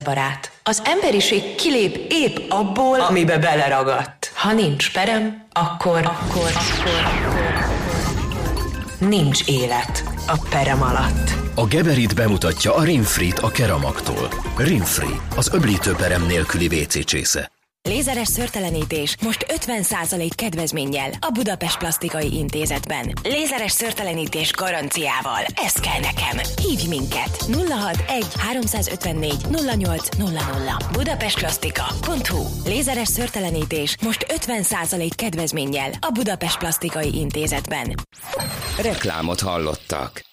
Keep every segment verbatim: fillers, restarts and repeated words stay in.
Barát, az emberiség kilép épp abból, amibe beleragadt. Ha nincs perem, akkor, akkor, akkor, akkor nincs élet a perem alatt. A Geberit bemutatja a Rinfrit a Keramaktól. Rinfri, az öblítő perem nélküli vé cé csésze. Lézeres szőrtelenítés most ötven százalék kedvezménnyel a Budapest Plasztikai Intézetben. Lézeres szőrtelenítés garanciával. Ez kell nekem. Hívj minket! nulla hat egy háromszázötvennégy nulla nyolc nulla nulla budapestplasztika pont hu. Lézeres szőrtelenítés most ötven százalék kedvezménnyel a Budapest Plasztikai Intézetben. Reklámot hallottak.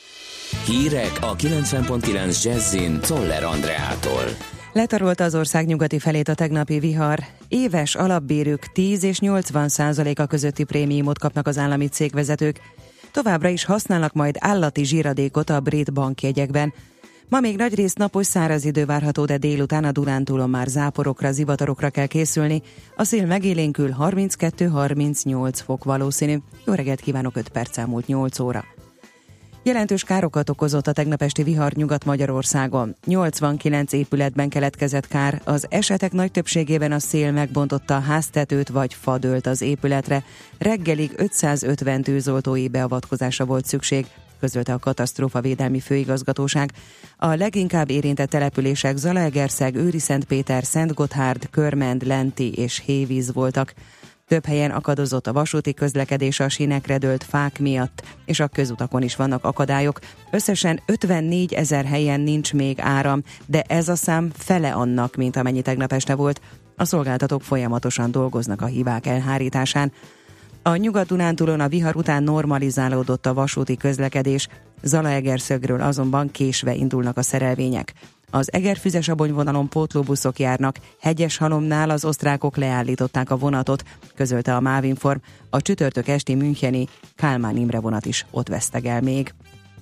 Hírek a kilencven pont kilenc Jazzin Czoller Andreától. Letarolta az ország nyugati felét a tegnapi vihar. Éves alapbérük tíz és nyolcvan százaléka közötti prémiumot kapnak az állami cégvezetők. Továbbra is használnak majd állati zsíradékot a brit bankjegyekben. Ma még nagyrészt napos száraz idő várható, de délután a Dunántúlon már záporokra, zivatarokra kell készülni. A szél megélénkül harminckettő-harmincnyolc fok valószínű. Jó reggelt kívánok, öt perc elmúlt nyolc óra. Jelentős károkat okozott a tegnapesti vihar Nyugat-Magyarországon. nyolcvankilenc épületben keletkezett kár, az esetek nagy többségében a szél megbontotta a háztetőt vagy fa dőlt az épületre. Reggelig ötszázötven tűzoltói beavatkozásra volt szükség, közölte a katasztrófavédelmi főigazgatóság. A leginkább érintett települések Zalaegerszeg, Őriszentpéter, Szentgotthárd, Körmend, Lenti és Hévíz voltak. Több helyen akadozott a vasúti közlekedés a sínekre dőlt fák miatt, és a közutakon is vannak akadályok. Összesen ötvennégy ezer helyen nincs még áram, de ez a szám fele annak, mint amennyi tegnap este volt. A szolgáltatók folyamatosan dolgoznak a hibák elhárításán. A Nyugat-Dunántúlon a vihar után normalizálódott a vasúti közlekedés, Zalaegerszögről azonban késve indulnak a szerelvények. Az Egerfüzes-Abony vonalon pótlóbuszok járnak, Hegyeshalomnál az osztrákok leállították a vonatot, közölte a Mávinform. A csütörtök esti müncheni Kálmán Imre vonat is ott vesztegel még.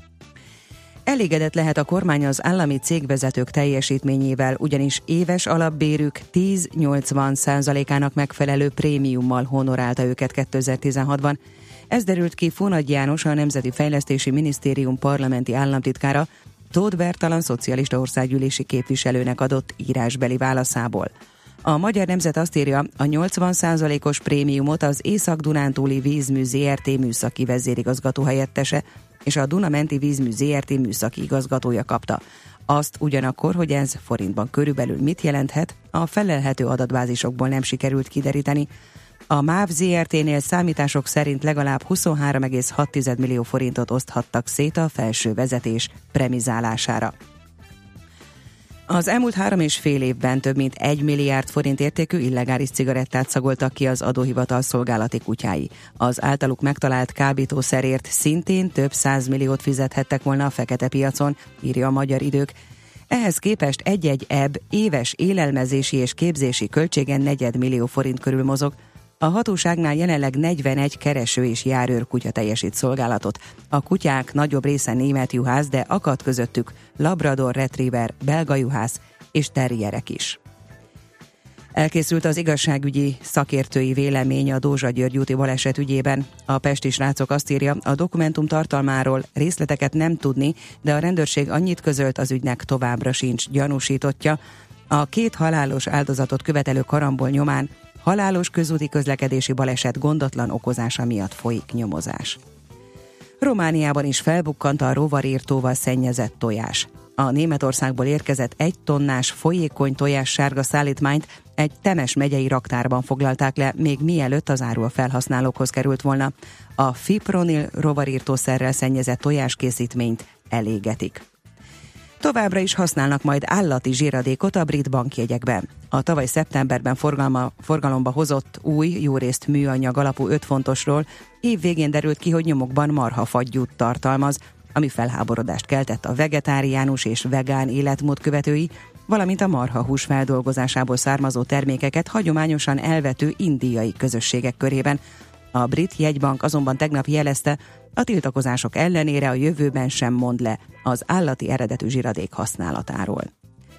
Elégedett lehet a kormány az állami cégvezetők teljesítményével, ugyanis éves alapbérük tíz-nyolcvan százalékának megfelelő prémiummal honorálta őket kétezer-tizenhatban. Ez derült ki Fónagy János, a Nemzeti Fejlesztési Minisztérium parlamenti államtitkára, Tóth Bertalan szocialista országgyűlési képviselőnek adott írásbeli válaszából. A Magyar Nemzet azt írja, a nyolcvan százalékos prémiumot az Észak-Dunántúli Vízmű zé er té műszaki vezérigazgató helyettese és a Duna-menti Vízmű zé er té műszaki igazgatója kapta. Azt ugyanakkor, hogy ez forintban körülbelül mit jelenthet, a felelhető adatbázisokból nem sikerült kideríteni. A MÁV zé er té-nél számítások szerint legalább huszonhárom egész hat millió forintot oszthattak szét a felső vezetés premizálására. Az elmúlt három és fél évben több mint egy milliárd forint értékű illegális cigarettát szagoltak ki az adóhivatal szolgálati kutyái. Az általuk megtalált kábítószerért szintén több százmilliót fizethettek volna a fekete piacon, írja a Magyar Idők. Ehhez képest egy-egy eb éves élelmezési és képzési költsége negyedmillió forint körül mozog. A hatóságnál jelenleg negyvenegy kereső és járőr kutya teljesít szolgálatot. A kutyák nagyobb része német juhász, de akad közöttük labrador retriever, belga juhász és terrierek is. Elkészült az igazságügyi szakértői vélemény a Dózsa György úti baleset ügyében. A pesti srácok azt írja, a dokumentum tartalmáról részleteket nem tudni, de a rendőrség annyit közölt, az ügynek továbbra sincs gyanúsítottja. A két halálos áldozatot követelő karambol nyomán halálos közúti közlekedési baleset gondatlan okozása miatt folyik nyomozás. Romániában is felbukkant a rovarírtóval szennyezett tojás. A Németországból érkezett egy tonnás folyékony tojás sárga szállítmányt egy Temes megyei raktárban foglalták le, még mielőtt az áru a felhasználókhoz került volna. A fipronil rovarírtószerrel szennyezett tojáskészítményt elégetik. Továbbra is használnak majd állati zsíradékot a brit bankjegyekben. A tavaly szeptemberben forgalma, forgalomba hozott új, jórészt műanyag alapú öt fontosról év végén derült ki, hogy nyomokban marhafagyút tartalmaz, ami felháborodást keltett a vegetáriánus és vegán életmód követői, valamint a marhahús feldolgozásából származó termékeket hagyományosan elvető indiai közösségek körében. A brit jegybank azonban tegnap jelezte, a tiltakozások ellenére a jövőben sem mond le az állati eredetű zsíradék használatáról.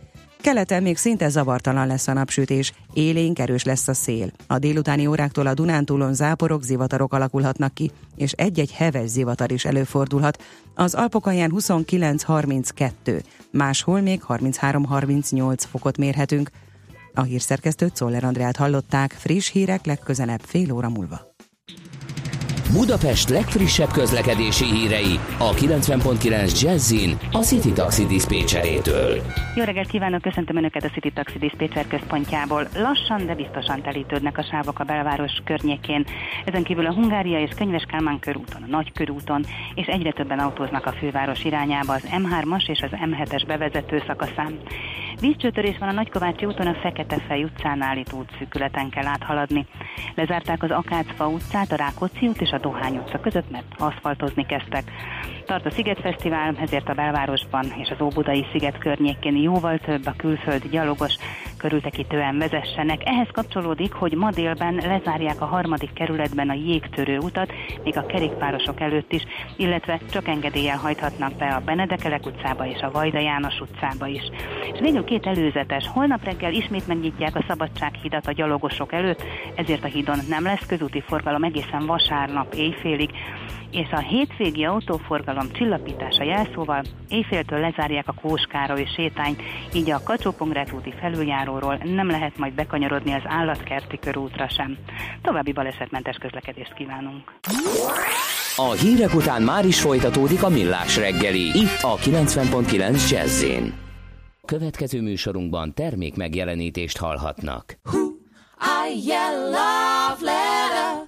Keleten még szinte zavartalan lesz a napsütés, élénk erős lesz a szél. A délutáni óráktól a Dunántúlon záporok, zivatarok alakulhatnak ki, és egy-egy heves zivatar is előfordulhat. Az Alpokalján huszonkilenc harminckettő, máshol még harminchárom harmincnyolc fokot mérhetünk. A hírszerkesztőt, Czoller Andreát hallották, friss hírek legközelebb fél óra múlva. Budapest legfrissebb közlekedési hírei a kilencven pont kilenc Jazzin a City Taxi diszpécserétől. Jó reggelt kívánok, köszöntöm Önöket a City Taxi diszpécser központjából. Lassan, de biztosan telítődnek a sávok a belváros környékén. Ezen kívül a Hungária és Könyves Kálmán körúton, a Nagykörúton, és egyre többen autóznak a főváros irányába az em hármas és az em hetes bevezető szakaszán. Vízcsőtörés van a Nagykovácsi úton, a Fekete-Fej utcánál, itt útszűkületen kell áthaladni. Lezárták az Akácfa utcát, a Rákóczi út és a Dohány utca között, mert aszfaltozni kezdtek. Tart a Szigetfesztivál, ezért a belvárosban és az Óbudai sziget környékén jóval több a külföldi gyalogos, körültekintően vezessenek. Ehhez kapcsolódik, hogy ma délben lezárják a harmadik kerületben a jégtörő utat, még a kerékpárosok előtt is, illetve csak engedéllyel hajthatnak be a Benedekelek utcába és a Vajda János utcába is. És végül két előzetes. Holnap reggel ismét megnyitják a Szabadsághidat a gyalogosok előtt, ezért a hídon nem lesz közúti forgalom egészen vasárnap éjfélig, és a hétvégi autóforgalom csillapítása jelszóval éjféltől lezárják a Kós Károly sétányt, így a Kacsó-Pongrát úti felüljáróról nem lehet majd bekanyarodni az Állatkerti körútra sem. További balesetmentes közlekedést kívánunk! A hírek után már is folytatódik a Millás reggeli, itt a kilencven pont kilenc Jazzin. Következő műsorunkban termék megjelenítést hallhatnak. I yell love letter.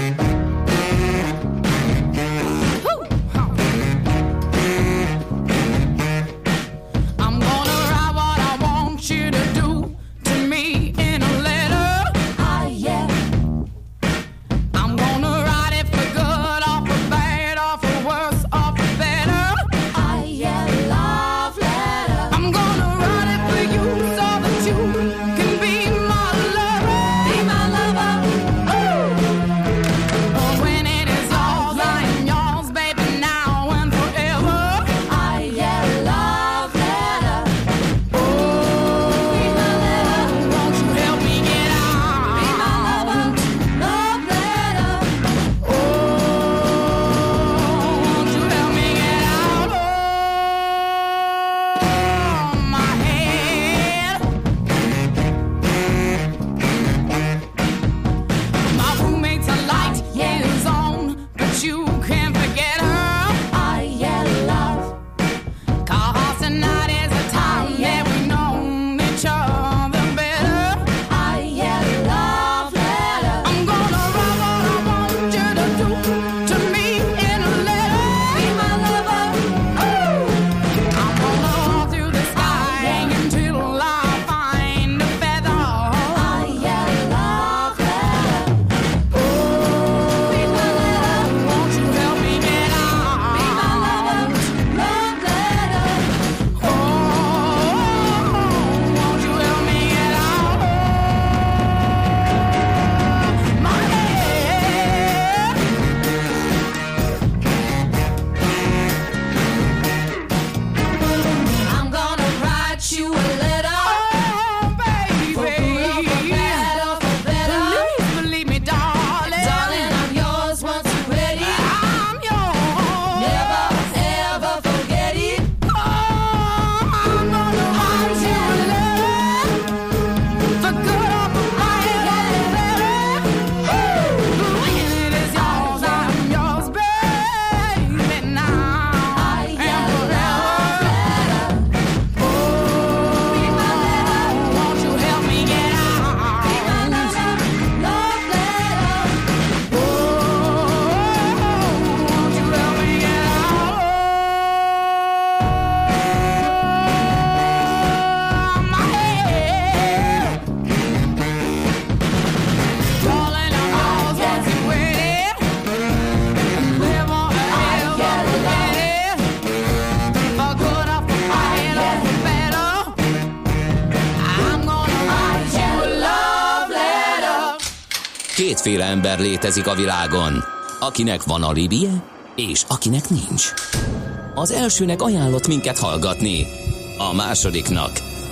Kétféle ember létezik a világon, akinek van alibije, és akinek nincs. Az elsőnek ajánlott minket hallgatni, a másodiknak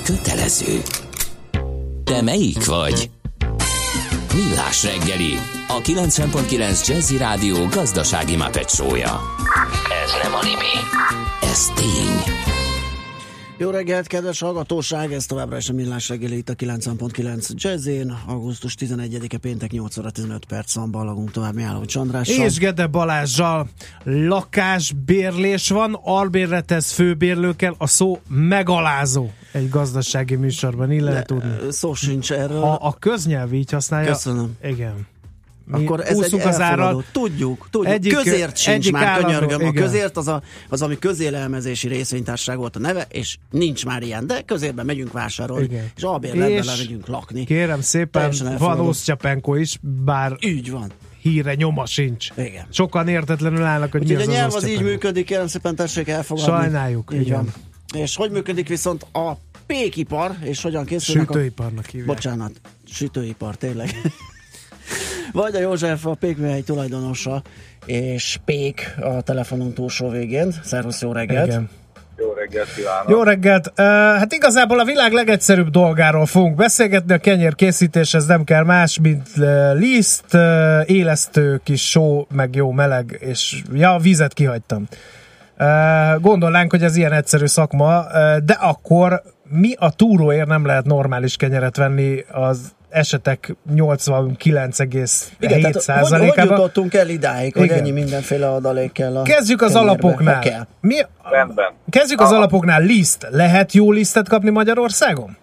kötelező. Te melyik vagy? Millás reggeli, a kilencven pont kilenc Jazzy Rádió gazdasági Muppet show-ja. Ez nem anime, ez tény. Jó reggelt, kedves hallgatóság! Ez továbbra is a Millás reggeli itt a kilencven pont kilenc Jazzén. augusztus tizenegyedike péntek nyolc óra tizenöt perc van, ballagunk tovább Mihálovics Andrással. És Gede Balázsral. Lakásbérlés van, albérlethez főbérlőkkel, a szó megalázó egy gazdasági műsorban, így lehet tudni. Szó sincs erről. Ha a köznyelv így használja. Köszönöm. Igen. Mi akkor ez egy elfogadó. Tudjuk, tudjuk. Egyik, közért sincs már, állandó, könyörgöm. Igen. A közért az, a, az, ami közélelmezési részvénytársaság volt a neve, és nincs már ilyen, de közérben megyünk vásárolni, igen. És albérletben lemegyünk lakni. Kérem szépen, van Osztyapenko is, bár így van. Híre nyoma sincs. Igen. Sokan értetlenül állnak, hogy úgyhogy mi az a nyelv az az így működik, kérem szépen tessék elfogadni. Sajnáljuk. Így van. És hogy működik viszont a pékipar, és hogyan készülnek Sütőiparnak a... hívják. Bocsánat, sütőipar, tényleg. Vagy a József, a pékműhely tulajdonosa, és Pék a telefonon túlsó végén. Szervusz, jó reggelt! Igen. Jó reggelt kívánok! Jó reggelt! Uh, hát igazából a világ legegyszerűbb dolgáról fogunk beszélgetni, a kenyérkészítéshez nem kell más, mint uh, liszt, uh, élesztő, kis só, meg jó meleg, és ja, vízet kihagytam. Uh, gondolnánk, hogy ez ilyen egyszerű szakma, uh, de akkor mi a túróért nem lehet normális kenyeret venni az esetek nyolcvankilenc egész hét százalékában. Hogy, hogy jutottunk el idáig, hogy ennyi mindenféle adalék kell a Kezdjük az kenyérbe, alapoknál. Mi, Rendben. Kezdjük az Aha. alapoknál. Liszt. Lehet jó lisztet kapni Magyarországon?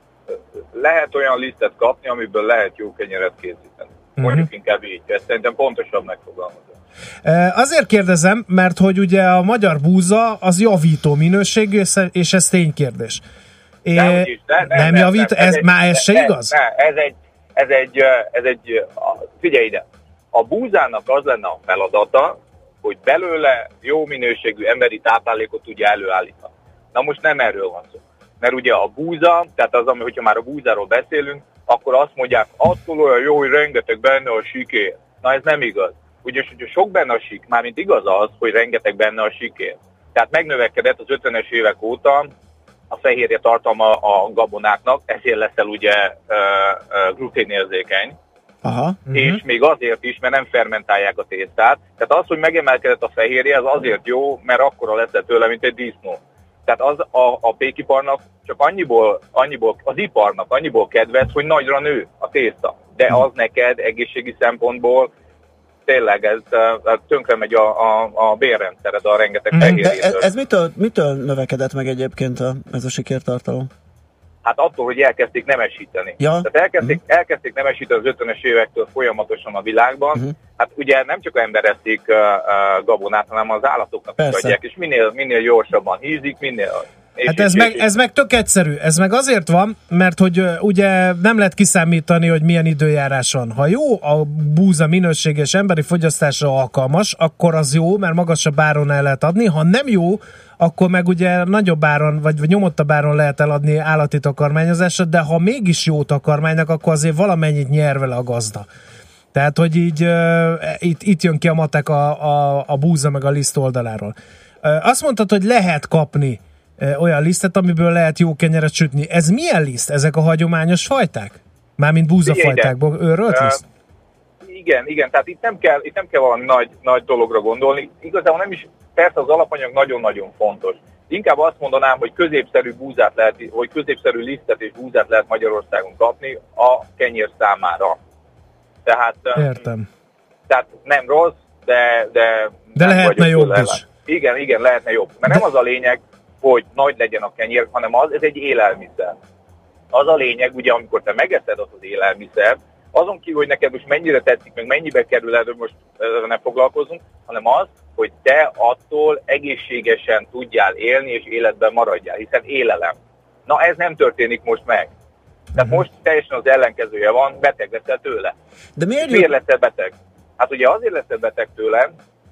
Lehet olyan lisztet kapni, amiből lehet jó kenyeret készíteni. Mondjuk uh-huh. inkább így. Ezt szerintem pontosabb megfogalmazom. Azért kérdezem, mert hogy ugye a magyar búza az javító minőségű, és ez ténykérdés. É, de, úgyis, de, nem, nem javít, ez, ez, már ez se de, igaz? Ne, ez egy, ez egy, ez egy, figyelj ide, a búzának az lenne a feladata, hogy belőle jó minőségű emberi táplálékot tudja előállítani. Na most nem erről van szó. Mert ugye a búza, tehát az, hogyha már a búzáról beszélünk, akkor azt mondják, attól olyan jó, hogy rengeteg benne a sikér. Na ez nem igaz. Ugyanis, hogyha sok benne a sik, mármint igaz az, hogy rengeteg benne a sikér. Tehát megnövekedett az ötvenes évek óta a fehérje tartalma a gabonáknak, ezért leszel ugye uh, uh, gluténérzékeny. Aha. És uh-huh. még azért is, mert nem fermentálják a tésztát. Tehát az, hogy megemelkedett a fehérje, az azért jó, mert akkora leszel tőle, mint egy disznó. Tehát az a, a pékiparnak csak annyiból, annyiból, az iparnak annyiból kedvez, hogy nagyra nő a tészta. De az neked egészségi szempontból tényleg ez tönkre megy a, a, a bérrendszered a rengeteg fehérjétől. Ez, ez mitől, mitől növekedett meg egyébként a, ez a sikértartalom? Hát attól, hogy elkezdték nemesíteni. Ja. Tehát elkezdték, uh-huh. elkezdték nemesíteni az ötvenes évektől folyamatosan a világban. Uh-huh. Hát ugye nem csak embereszik uh, uh, gabonát, hanem az állatoknak is adják, és minél, minél gyorsabban hízik, minél... És hát ez, és meg, és ez meg tök egyszerű. Ez meg azért van, mert hogy uh, ugye nem lehet kiszámítani, hogy milyen időjárás van. Ha jó a búza minőséges emberi fogyasztásra alkalmas, akkor az jó, mert magasabb áron el lehet adni. Ha nem jó, akkor meg ugye nagyobb áron, vagy, vagy nyomottabb áron lehet eladni állati takarmányozásra, de ha mégis jó takarmánynak, akkor azért valamennyit nyer vele a gazda. Tehát, hogy így uh, itt, itt jön ki a matek a, a, a búza meg a liszt oldaláról. Uh, azt mondtad, hogy lehet kapni uh, olyan lisztet, amiből lehet jó kenyeret sütni. Ez milyen liszt? Ezek a hagyományos fajták? Mármint búzafajtákból őrölt liszt? Uh, igen, igen, tehát itt nem kell, itt nem kell valami nagy, nagy dologra gondolni. Igazából nem is, persze az alapanyag nagyon-nagyon fontos. Inkább azt mondanám, hogy középszerű búzát lehet, hogy középszerű lisztet és búzát lehet Magyarországon kapni a kenyér számára. Tehát, Értem. Tehát nem rossz, de... De, de lehetne jobb is. Ellen. Igen, igen, lehetne jobb. Mert de... nem az a lényeg, hogy nagy legyen a kenyér, hanem az, ez egy élelmiszer. Az a lényeg, ugye, amikor te megeszed azt az élelmiszert, azon kívül, hogy neked most mennyire tetszik, meg mennyibe kerül, erről most ezzel nem foglalkozunk, hanem az, hogy te attól egészségesen tudjál élni, és életben maradjál, hiszen élelem. Na ez nem történik most meg. Tehát most teljesen az ellenkezője van, beteg leszel tőle. De miért, miért leszel beteg? Hát ugye azért leszel beteg tőle,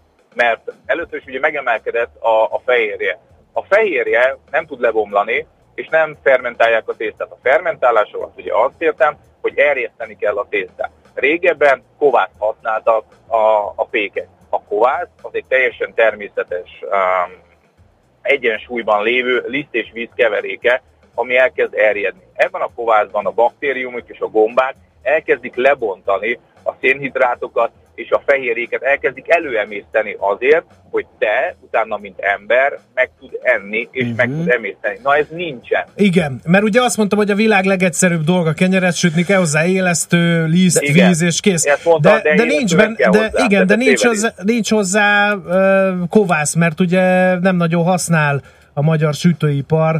mert először is ugye megemelkedett a, a fehérje. A fehérje nem tud lebomlani, és nem fermentálják a tésztát. A fermentálásról azt ugye azt értem, hogy erjeszteni kell a tésztát. Régebben kovászt használtak a, a pékek. A kovász az egy teljesen természetes um, egyensúlyban lévő liszt és víz keveréke, ami elkezd erjedni. Ebben a kovászban a baktériumok és a gombák elkezdik lebontani a szénhidrátokat és a fehérjéket, elkezdik előemészteni azért, hogy te utána, mint ember, meg tud enni és uh-huh. meg tud emészteni. Na ez nincsen. Igen, mert ugye azt mondtam, hogy a világ legegyszerűbb dolga kenyeret sütni, kell hozzá élesztő, liszt, de, víz és kész. Mondta, de, de, de nincs benne, de, hozzá, igen, de nincs hozzá, nincs hozzá uh, kovász, mert ugye nem nagyon használ a magyar sütőipar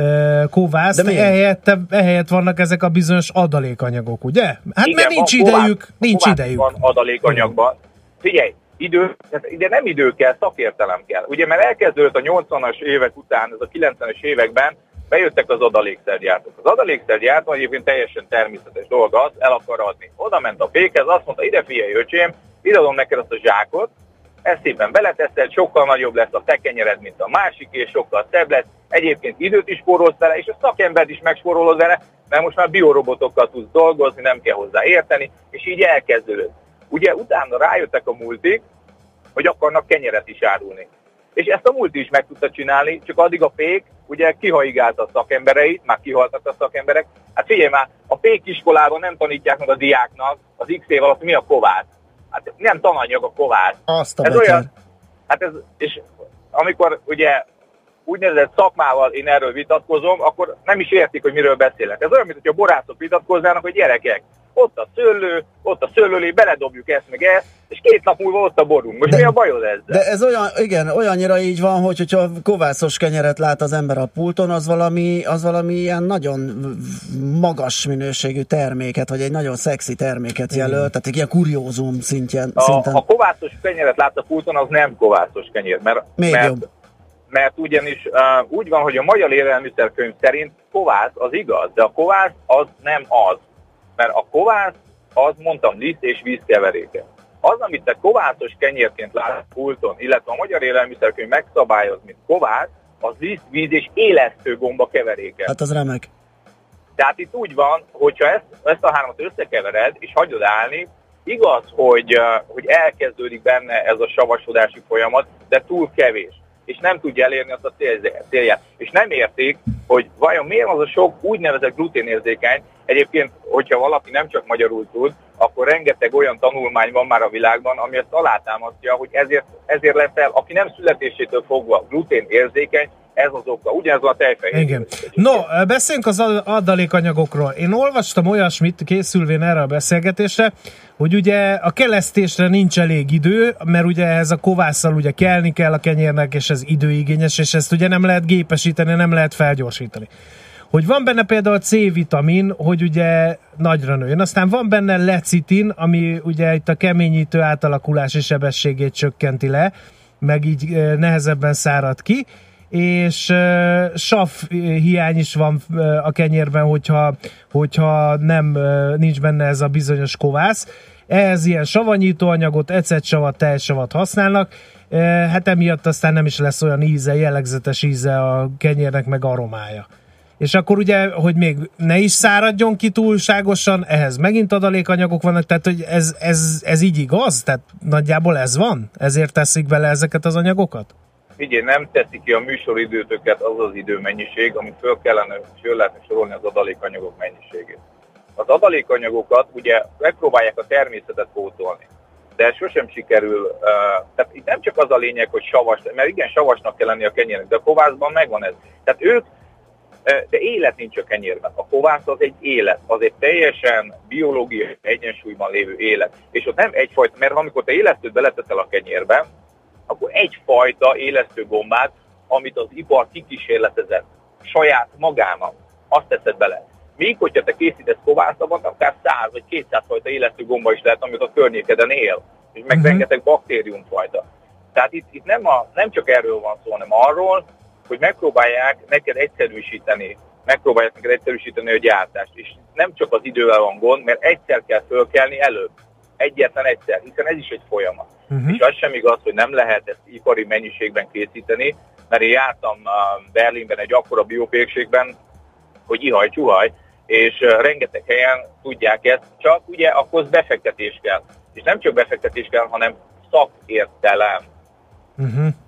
kovászt, ehelyett, ehelyett vannak ezek a bizonyos adalékanyagok, ugye? Hát igen, mert nincs kovász, idejük, nincs idejük. Van adalékanyagban. Figyelj, idő, ide nem idő kell, szakértelem kell. Ugye, mert elkezdődött a nyolcvanas évek után, ez a kilencvenes években bejöttek az adalékszergyártók. Az adalékszergyártó egyébként teljesen természetes dolga az, el akar adni. Oda ment a pékhez, azt mondta, ide figyelj öcsém, ideadom neked azt a zsákot, ezt szépen beleteszed, sokkal nagyobb lesz a te kenyered, mint a másik, és sokkal szebb lesz. Egyébként időt is spórolsz vele, és a szakembert is megspórolod vele, mert most már biorobotokkal tudsz dolgozni, nem kell hozzá érteni, és így elkezdődött. Ugye utána rájöttek a multik, hogy akarnak kenyeret is árulni. És ezt a multi is meg tudta csinálni, csak addig a pék ugye kihaigálta a szakembereit, már kihaltak a szakemberek. Hát figyelj már, a pék iskolában nem tanítják meg a diáknak az X év alatt, mi a kovász. Hát nem tananyag a kovász. Azt a ez olyan, hát ez, és amikor ugye úgynevezett szakmával én erről vitatkozom, akkor nem is értik, hogy miről beszélek. Ez olyan, mint hogy a borászok vitatkoznának, hogy gyerekek, ott a szőlő, ott a szőlőlé, beledobjuk ezt meg ezt, és két nap múlva ott a borunk. Most de, mi a bajod ezzel? De ez olyan, igen, olyannyira így van, hogy hogyha kovászos kenyeret lát az ember a pulton, az valami, az valami ilyen nagyon magas minőségű terméket, vagy egy nagyon szexi terméket jelöl, mm. tehát egy ilyen kuriózum szintjen. A, szinten. a kovászos kenyeret lát a pulton, az nem kovászos kenyér, mert, Még mert, jobb. mert ugyanis uh, úgy van, hogy a Magyar Élelmiszerkönyv szerint kovász az igaz, de a kovász az nem az. Mert a kovász, az mondtam, liszt és vízkeveréke. Az, amit te kovászos kenyérként látsz pulton, illetve a Magyar Élelmiszerkönyv megszabályoz, mint kovász, az liszt, víz és élesztő gomba keveréke. Hát az remek. Tehát itt úgy van, hogyha ezt, ezt a hármat összekevered és hagyod állni, igaz, hogy, hogy elkezdődik benne ez a savasodási folyamat, de túl kevés. És nem tudja elérni azt a célját. És nem értik, hogy vajon miért az a sok úgynevezett gluténérzékeny. Egyébként, hogyha valaki nem csak magyarul tud, akkor rengeteg olyan tanulmány van már a világban, ami ezt alátámasztja, hogy ezért, ezért lesz el, aki nem születésétől fogva gluténérzékeny, ez az oka. Ugyanez a tejfehér. Igen. No, beszéljünk az adalékanyagokról. Én olvastam olyasmit, készülvén erre a beszélgetésre, hogy ugye a kelesztésre nincs elég idő, mert ugye ehhez a kovásszal ugye kelni kell a kenyérnek, és ez időigényes, és ezt ugye nem lehet gépesíteni, nem lehet felgyorsítani. Hogy van benne például C-vitamin, hogy ugye nagyra nőjön. Aztán van benne lecitin, ami ugye itt a keményítő átalakulási sebességét csökkenti le, meg így nehezebben szárad ki, és uh, sav hiány is van uh, a kenyérben, hogyha, hogyha nem uh, nincs benne ez a bizonyos kovász. Ehhez ilyen savanyítóanyagot, ecetsavat, tejsavat használnak, uh, hát emiatt aztán nem is lesz olyan íze, jellegzetes íze a kenyérnek, meg aromája. És akkor ugye, hogy még ne is száradjon ki túlságosan, ehhez megint adalékanyagok vannak, tehát hogy ez, ez, ez így igaz? Tehát nagyjából ez van? Ezért teszik bele ezeket az anyagokat? Figyelj, nem teszi ki a műsoridőtöket az az időmennyiség, amit föl kellene, föl lehetne sorolni az adalékanyagok mennyiségét. Az adalékanyagokat ugye megpróbálják a természetet pótolni, de sosem sikerül, uh, tehát itt nem csak az a lényeg, hogy savas, mert igen, savasnak kell lenni a kenyérnek, de a kovászban megvan ez. Tehát ők, uh, de élet nincs a kenyérben. A kovász az egy élet, az egy teljesen biológiai egyensúlyban lévő élet. És ott nem egyfajta, mert amikor te élesztőt beleteszel a kenyérbe, akkor egyfajta élesztő gombát, amit az ipar kikísérletezett saját magának, azt teszed bele. Míg, hogyha te készítesz kovászat, akár száz vagy kétszáz fajta élesztő gomba is lehet, amit a környékeden él, és meg uh-huh. rengeteg baktériumfajta. Tehát itt, itt nem, a, nem csak erről van szó, hanem arról, hogy megpróbálják neked egyszerűsíteni, megpróbálják neked egyszerűsíteni a gyártást. És nem csak az idővel van gond, mert egyszer kell fölkelni előbb. Egyetlen egyszer, hiszen ez is egy folyamat. Uh-huh. És az sem igaz, hogy nem lehet ezt ipari mennyiségben készíteni, mert én jártam Berlinben egy akkora biopékségben, hogy ihaj-csuhaj, és rengeteg helyen tudják ezt, csak ugye akkor befektetés kell. És nem csak befektetés kell, hanem szakértelem. Uh-huh.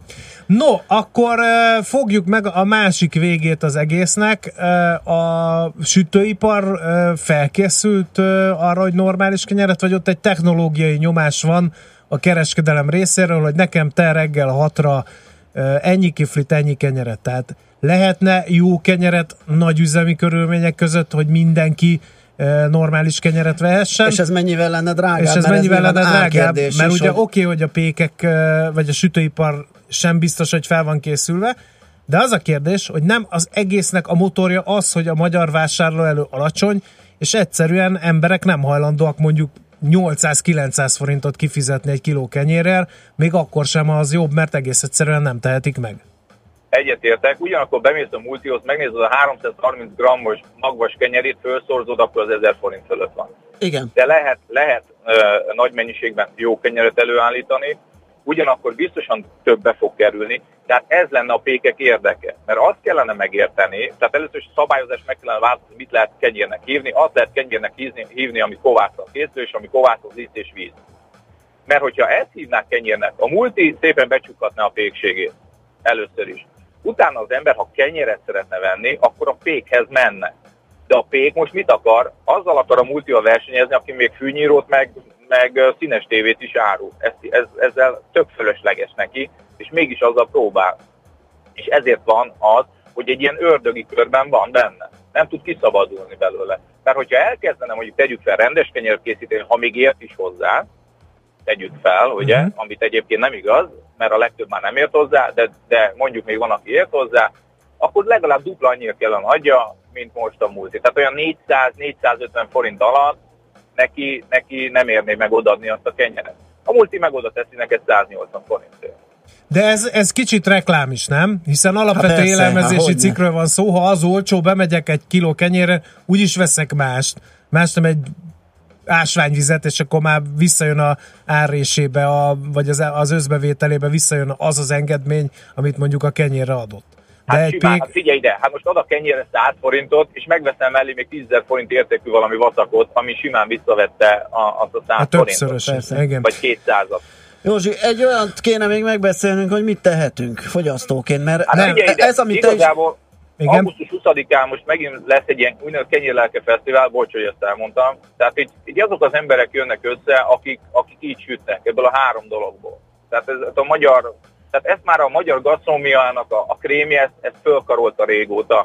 No, akkor uh, fogjuk meg a másik végét az egésznek. Uh, a sütőipar uh, felkészült uh, arra, hogy normális kenyeret, vagy ott egy technológiai nyomás van a kereskedelem részéről, hogy nekem te reggel hatra uh, ennyi kiflit, ennyi kenyeret. Tehát lehetne jó kenyeret nagy üzemi körülmények között, hogy mindenki uh, normális kenyeret vehessen. És ez mennyivel lenne drágább? És ez mennyivel lenne drágább? Mert ugye hogy... oké, okay, hogy a pékek uh, vagy a sütőipar sem biztos, hogy fel van készülve, de az a kérdés, hogy nem az egésznek a motorja az, hogy a magyar vásárlóerő alacsony, és egyszerűen emberek nem hajlandóak mondjuk nyolcszáz-kilencszáz forintot kifizetni egy kiló kenyérrel, még akkor sem az jobb, mert egész egyszerűen nem tehetik meg. Egyetértek, ugyanakkor bemész a multihoz, megnézed a háromszázharminc grammos magvas kenyerét, felszorzod, akkor az ezer forint fölött van. Igen. De lehet, lehet uh, nagy mennyiségben jó kenyeret előállítani, ugyanakkor biztosan többbe fog kerülni, tehát ez lenne a pékek érdeke. Mert azt kellene megérteni, tehát először is a szabályozást meg kellene változni, mit lehet kenyérnek hívni, azt lehet kenyérnek hívni, hívni ami kovásszal készül, és ami kovászhoz liszt és víz. Mert hogyha ezt hívnák kenyérnek, a multi szépen becsukhatná a pékségét, először is. Utána az ember, ha kenyeret szeretne venni, akkor a pékhez menne. De a pék most mit akar? Azzal akar a multival versenyezni, aki még fűnyírót, meg, meg színes tévét is árul. Ez, ez, ezzel tök fölösleges neki, és mégis azzal próbál. És ezért van az, hogy egy ilyen ördögi körben van benne. Nem tud kiszabadulni belőle. Mert hogyha elkezdenem, mondjuk tegyük fel rendes kenyeret készíteni, ha még ért is hozzá, tegyük fel, ugye, uh-huh. amit egyébként nem igaz, mert a legtöbb már nem ért hozzá, de, de mondjuk még van, aki ért hozzá, akkor legalább dupla annyira kellene adja, mint most a multi. Tehát olyan négyszáz-négyszázötven forint alatt neki, neki nem érné meg odaadni azt a kenyeret. A multi meg oda teszi neked száznyolcvan forintért. De ez, ez kicsit reklám is, nem? Hiszen alapvető hát persze, élelmezési cikkről van szó, ha az olcsó, bemegyek egy kiló kenyérre, úgyis veszek mást. Más nem egy ásványvizet, és akkor már visszajön a árrésébe, a, vagy az, az összbevételébe visszajön az az engedmény, amit mondjuk a kenyérre adott. De hát egy simán, pék... hát figyelj ide, hát most ad a kenyérre száz forintot, és megveszem mellé még tízezer forint értékű valami vacakot, ami simán visszavette a, azt a száz forintot. Persze, igen. Vagy kétszázat. Józsi, egy olyat kéne még megbeszélnünk, hogy mit tehetünk fogyasztóként, mert hát nem, ide, ez, amit igazából te is... augusztus huszadikán most megint lesz egy ilyen úgynevezett kenyérlelke fesztivál, bocs, hogy ezt elmondtam. Tehát így, így azok az emberek jönnek össze, akik, akik így sütnek ebből a három dologból. Tehát ez, ez a magyar, tehát ezt már a magyar gasztronómiának a, a krémje, ezt, ezt fölkarolta régóta.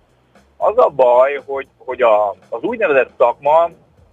Az a baj, hogy, hogy a, az úgynevezett szakma,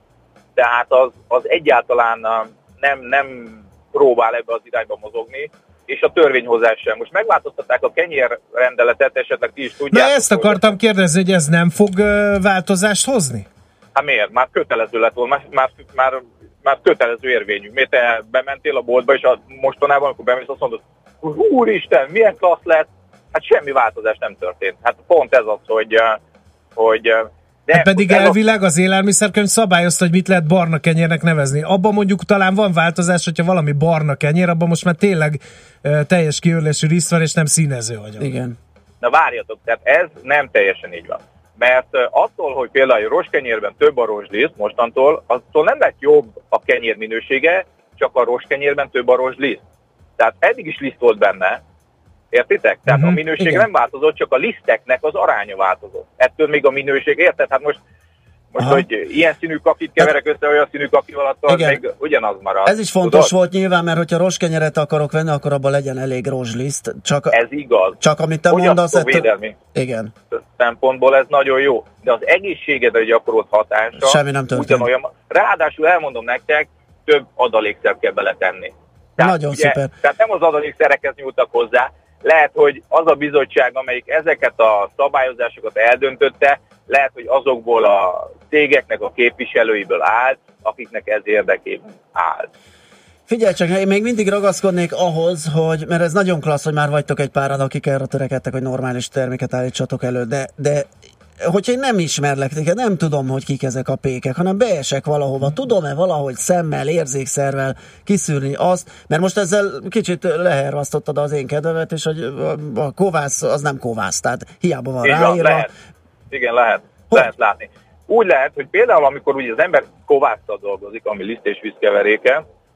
tehát az, az egyáltalán nem, nem próbál ebbe az irányba mozogni, és a törvényhozás sem. Most megváltoztatták a kenyérrendeletet, esetleg ti is tudjátok. Na ezt akartam kérdezni, hogy ez nem fog uh, változást hozni? Hát miért? Már kötelező lett volna, már, már, már, már kötelező érvényű. Miért te bementél a boltba, és a mostanában, amikor bemész, azt mondod, úristen, milyen klassz lett? Hát semmi változás nem történt. Hát pont ez az, hogy... hogy de hát pedig elvileg az élelmiszerkönyv szabályozta, hogy mit lehet barna kenyérnek nevezni. Abban mondjuk talán van változás, hogyha valami barna kenyér, abban most már tényleg uh, teljes kiörlésű liszt van, és nem színező anyag. Igen. Na várjatok, tehát ez nem teljesen így van. Mert uh, attól, hogy például a rostkenyérben több a rozsliszt mostantól, attól nem lett jobb a kenyér minősége, csak a rostkenyérben több a rozsliszt. Tehát eddig is liszt volt benne, értitek? Tehát uh-huh. a minőség igen. nem változott, csak a liszteknek az aránya változott. Ettől még a minőség, érted? Hát most, most hogy ilyen színű kakit keverek össze, olyan színű kakival, attól még ugyanaz marad. Ez is fontos tudod? Volt nyilván, mert hogyha rostkenyeret akarok venni, akkor abban legyen elég rozsliszt. Csak, ez igaz. Csak amit te mondasz... Ettől, védelmi igen. szempontból ez nagyon jó. De az egészségedre gyakorolt hatása semmi nem történt. Ugyanolyan. Ráadásul elmondom nektek, több adalékszert kell beletenni. Tehát, nagyon ugye, szuper. Tehát nem az adalékszerekhez nyúltak hozzá, lehet, hogy az a bizottság, amelyik ezeket a szabályozásokat eldöntötte, lehet, hogy azokból a cégeknek a képviselőiből állt, akiknek ez érdekében állt. Figyelj csak, én még mindig ragaszkodnék ahhoz, hogy, mert ez nagyon klassz, hogy már vagytok egy páran, akik erre törekedtek, hogy normális terméket állítsatok elő, de, de hogyha én nem ismerlek téged, nem tudom, hogy kik ezek a pékek, hanem beesek valahova, tudom-e valahogy szemmel, érzékszervel kiszűrni azt, mert most ezzel kicsit lehervasztottad az én kedvemet, és hogy a kovász az nem kovász, tehát hiába van igen, ráírva. Lehet. Igen, lehet. Hogy? Lehet látni. Úgy lehet, hogy például amikor ugye az ember kovásszal dolgozik, ami liszt és vízkeveréke,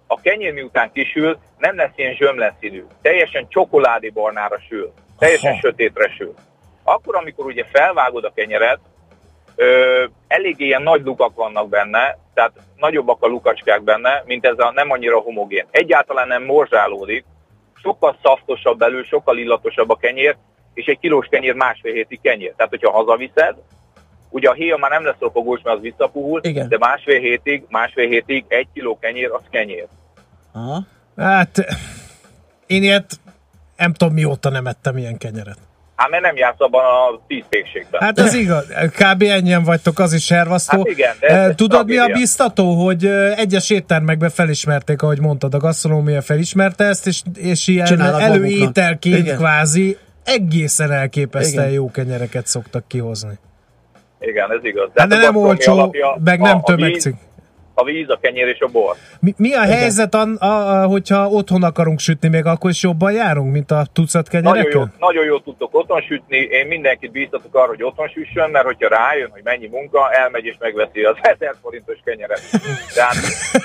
a kenyér miután kisül, nem lesz ilyen zsömleszínű, teljesen csokoládébarnára sül, teljesen Aha. sötétre sül. Akkor, amikor ugye felvágod a kenyeret, ö, eléggé ilyen nagy lukak vannak benne, tehát nagyobbak a lukacskák benne, mint ez a nem annyira homogén. Egyáltalán nem morzsálódik, sokkal szaftosabb belül, sokkal illatosabb a kenyér, és egy kilós kenyér másfél hétig kenyér. Tehát, hogyha hazaviszed, ugye a héja már nem lesz ropogós, mert az visszapuhul, Igen. de másfél hétig, másfél hétig egy kiló kenyér, az kenyér. Aha. Hát, én ilyet nem tudom, mióta nem ettem ilyen kenyeret. Hát, mert nem jársz abban a tíz pékségben. Hát ez igaz, kb. Ennyien vagytok, az is servasztó. Hát igen, de ez Tudod, ez mi a biztató, hogy egyes éttermekben felismerték, ahogy mondtad, a gasztronómia felismerte ezt, és, és ilyen előételként kvázi egészen elképesztően jó kenyereket szoktak kihozni. Igen, ez igaz. De, hát de nem olcsó, meg nem tömegcik. A víz, a kenyér és a bor. Mi, mi a Igen. helyzet, a, a, a, hogyha otthon akarunk sütni, még akkor is jobban járunk, mint a tucat kenyerekkel? Nagyon jó, nagyon jó tudtok otthon sütni. Én mindenkit bíztatok arra, hogy otthon süssön, mert hogyha rájön, hogy mennyi munka, elmegy és megveszi az ezer forintos kenyeret. Tehát,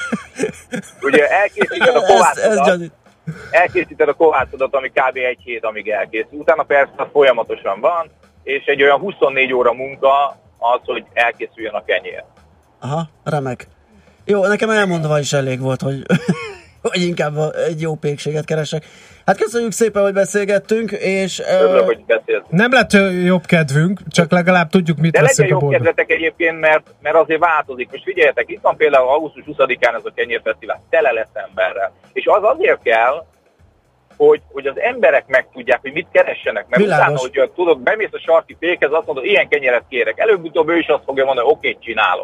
ugye elkészíted a kovácsodat, elkészíted a kovácsodat, ami kb. egy hét, amíg elkészül. Utána persze az folyamatosan van, és egy olyan huszonnégy óra munka az, hogy elkészüljön a kenyér. Aha, remek. Jó, nekem elmondva is elég volt, hogy, hogy inkább egy jó pékséget keresek. Hát köszönjük szépen, hogy beszélgettünk, és... Örülök, hogy beszéltünk. Nem lett jobb kedvünk, csak legalább tudjuk, mit De veszünk a boltban. De legyen jobb kedvetek egyébként, mert, mert azért változik. Most figyeljetek, itt van például augusztus huszadikán ez a kenyérfesztivál, tele lesz emberrel. És az azért kell, hogy, hogy az emberek megtudják, hogy mit keressenek. Mert Világos. Utána, hogy tudod, bemész a sarki pékhez, azt mondod, ilyen kenyeret kérek. Előbb-utóbb ő is azt fogja mondani, oké, okay, csinálok.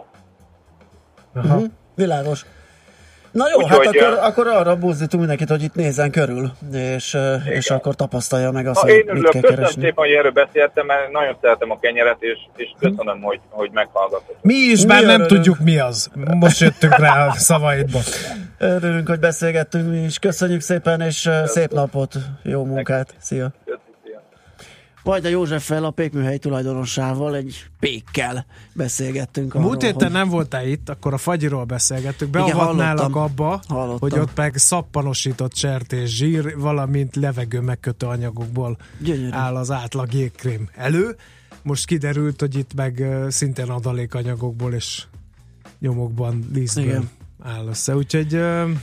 Aha. Uh-huh. Világos. Na jó, úgy, hát hogy, akkor, akkor arra buzdítunk mindenkit, hogy itt nézzen körül, és, és akkor tapasztalja meg azt, Na, hogy én mit örülök, kell köszönöm keresni. szépen, hogy erről beszéltem, mert nagyon szeretem a kenyeret, és, és köszönöm, hm. hogy, hogy meghallgatott. Mi is, bár nem örülünk. Tudjuk mi az. Most jöttünk rá a szavaidba. Örülünk, hogy beszélgettünk mi is. Köszönjük szépen, és köszönöm. Szép napot, jó munkát. Szia! Köszönöm. Vajda Józseffel, a pékműhely tulajdonossával, egy pékkel beszélgettünk arról. Múlt héten hogy... nem voltál itt, akkor a fagyiról beszélgettünk. Beavatnálak abba, hallottam. Hogy ott meg szappanosított sertés zsír, valamint levegő megkötő anyagokból Gyönyörű. Áll az átlag jégkrém elő. Most kiderült, hogy itt meg szintén adalékanyagokból és nyomokban, lízből Igen. áll össze. Úgyhogy...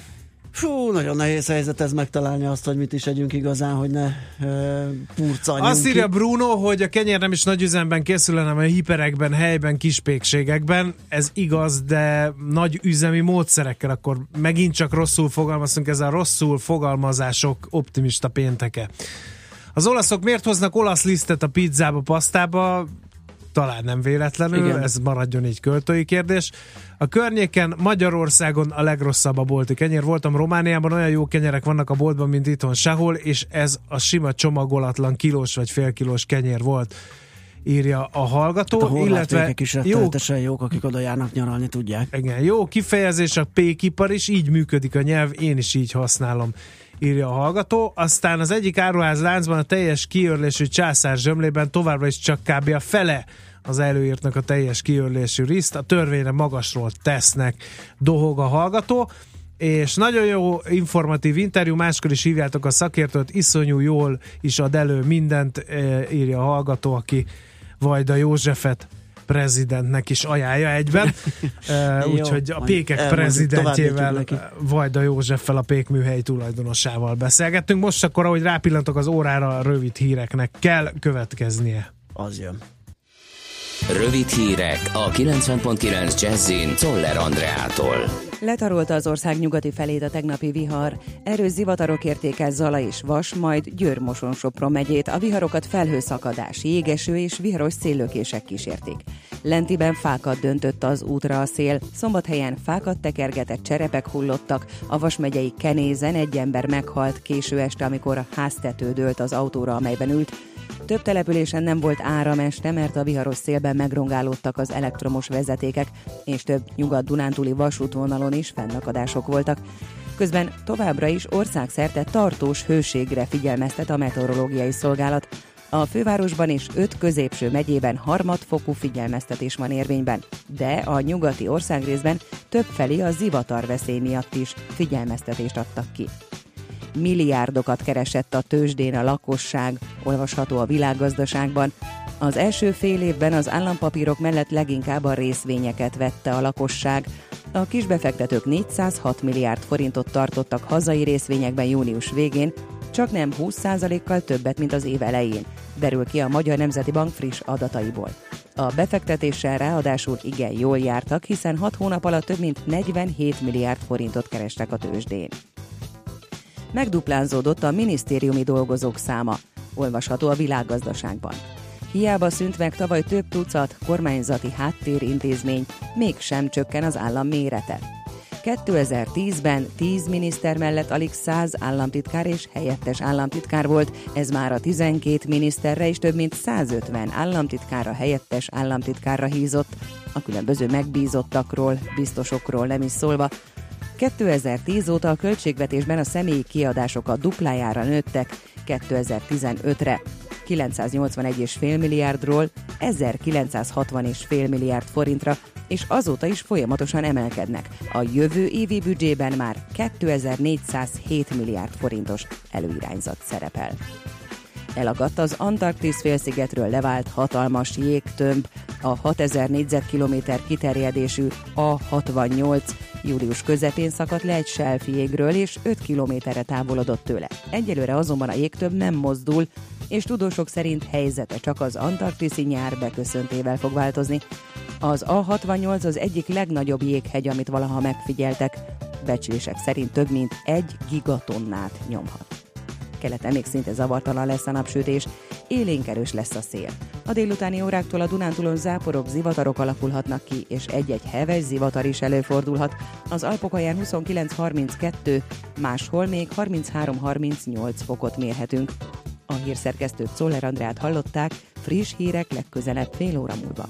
Fú, nagyon nehéz helyzet ez megtalálni azt, hogy mit is együnk igazán, hogy ne e, purcanjunk. Azt írja Bruno, hogy a kenyér nem is nagy üzemben készül, hanem a hiperekben, helyben, kispékségekben. Ez igaz, de nagy üzemi módszerekkel, akkor megint csak rosszul fogalmazunk, ez a rosszul fogalmazások optimista pénteke. Az olaszok miért hoznak olasz lisztet a pizzába, pasztába? Talán nem véletlenül, Igen. ez maradjon így költői kérdés. A környéken Magyarországon a legrosszabb a bolti kenyér. Voltam Romániában, olyan jó kenyerek vannak a boltban, mint itthon sehol, és ez a sima csomagolatlan kilós vagy félkilós kenyér volt, írja a hallgató. Hát a illetve is rettenetesen jók, akik oda járnak nyaralni, tudják. Igen, jó kifejezés, a pékipar is, így működik a nyelv, én is így használom, írja a hallgató. Aztán az egyik áruház láncban a teljes kiörlésű császár zsömlében továbbra is csak kb. A fele az előírtnak a teljes kiörlésű riszt, a törvényre magasról tesznek, dohog a hallgató, és nagyon jó informatív interjú, máskor is hívjátok a szakértőt, iszonyú jól is ad elő mindent, írja a hallgató, aki Vajda Józsefet prezidentnek is ajánlja egyben, úgyhogy a pékek prezidentjével, Vajda Józseffel, a pékműhely tulajdonosával beszélgettünk. Most akkor, ahogy rápillantok az órára, rövid híreknek kell következnie. Az jön. Rövid hírek a kilencven pont kilenc Jazzin Czoller Andreától. Letarolta az ország nyugati felét a tegnapi vihar. Erős zivatarok érték el Zala és Vas, majd Győr-Moson-Sopron megyét. A viharokat felhőszakadás, jégeső és viharos széllökések kísérték. Lentiben fákat döntött az útra a szél. Szombathelyen fákat tekergetett, cserepek hullottak. A Vas megyei Kenézen egy ember meghalt késő este, amikor a háztető dőlt az autóra, amelyben ült. Több településen nem volt áram este, mert a viharos szélben megrongálódtak az elektromos vezetékek, és több nyugat-dunántúli vasútvonalon is fennakadások voltak. Közben továbbra is országszerte tartós hőségre figyelmeztet a meteorológiai szolgálat. A fővárosban és öt középső megyében harmadfokú figyelmeztetés van érvényben, de a nyugati országrészben többfelé a zivatarveszély miatt is figyelmeztetést adtak ki. Milliárdokat keresett a tőzsdén a lakosság, olvasható a Világgazdaságban. Az első fél évben az állampapírok mellett leginkább a részvényeket vette a lakosság. A kisbefektetők négyszázhat milliárd forintot tartottak hazai részvényekben június végén, csak nem húsz százalékkal többet, mint az év elején, derül ki a Magyar Nemzeti Bank friss adataiból. A befektetéssel ráadásul igen jól jártak, hiszen hat hónap alatt több mint negyvenhét milliárd forintot kerestek a tőzsdén. Megduplázódott a minisztériumi dolgozók száma, olvasható a Világgazdaságban. Hiába szűnt meg tavaly több tucat kormányzati háttérintézmény, mégsem csökken az állam mérete. kétezer-tízben tíz miniszter mellett alig száz államtitkár és helyettes államtitkár volt, ez már a tizenkét miniszterre és több mint százötven államtitkárra, helyettes államtitkárra hízott, a különböző megbízottakról, biztosokról nem is szólva. kétezer-tíz óta a költségvetésben a személyi kiadások a duplájára nőttek kétezer-tizenötre. kilencszáznyolcvanegy egész öt milliárdról ezerkilencszázhatvan egész öt milliárd forintra, és azóta is folyamatosan emelkednek. A jövő évi büdzsében már kétezer-négyszázhét milliárd forintos előirányzat szerepel. Elakadt az Antarktisz félszigetről levált hatalmas jégtömb, a hatezer négyzetkilométer kiterjedésű á hatvannyolc július közepén szakadt le egy selfi jégről, és öt kilométerre távolodott tőle. Egyelőre azonban a jégtömb nem mozdul, és tudósok szerint helyzete csak az antarktiszi nyár beköszöntével fog változni. Az á hatvannyolc az egyik legnagyobb jéghegy, amit valaha megfigyeltek. Becslések szerint több mint egy gigatonnát nyomhat. Keleten még szinte zavartalan lesz a napsütés, élénk erős lesz a szél. A délutáni óráktól a Dunántúlon záporok, zivatarok alakulhatnak ki, és egy-egy heves zivatar is előfordulhat. Az Alpokalján huszonkilenc harminckettő, máshol még harminchárom harmincnyolc fokot mérhetünk. A hírszerkesztőt, Czoller Andrát hallották, friss hírek legközelebb fél óra múlva.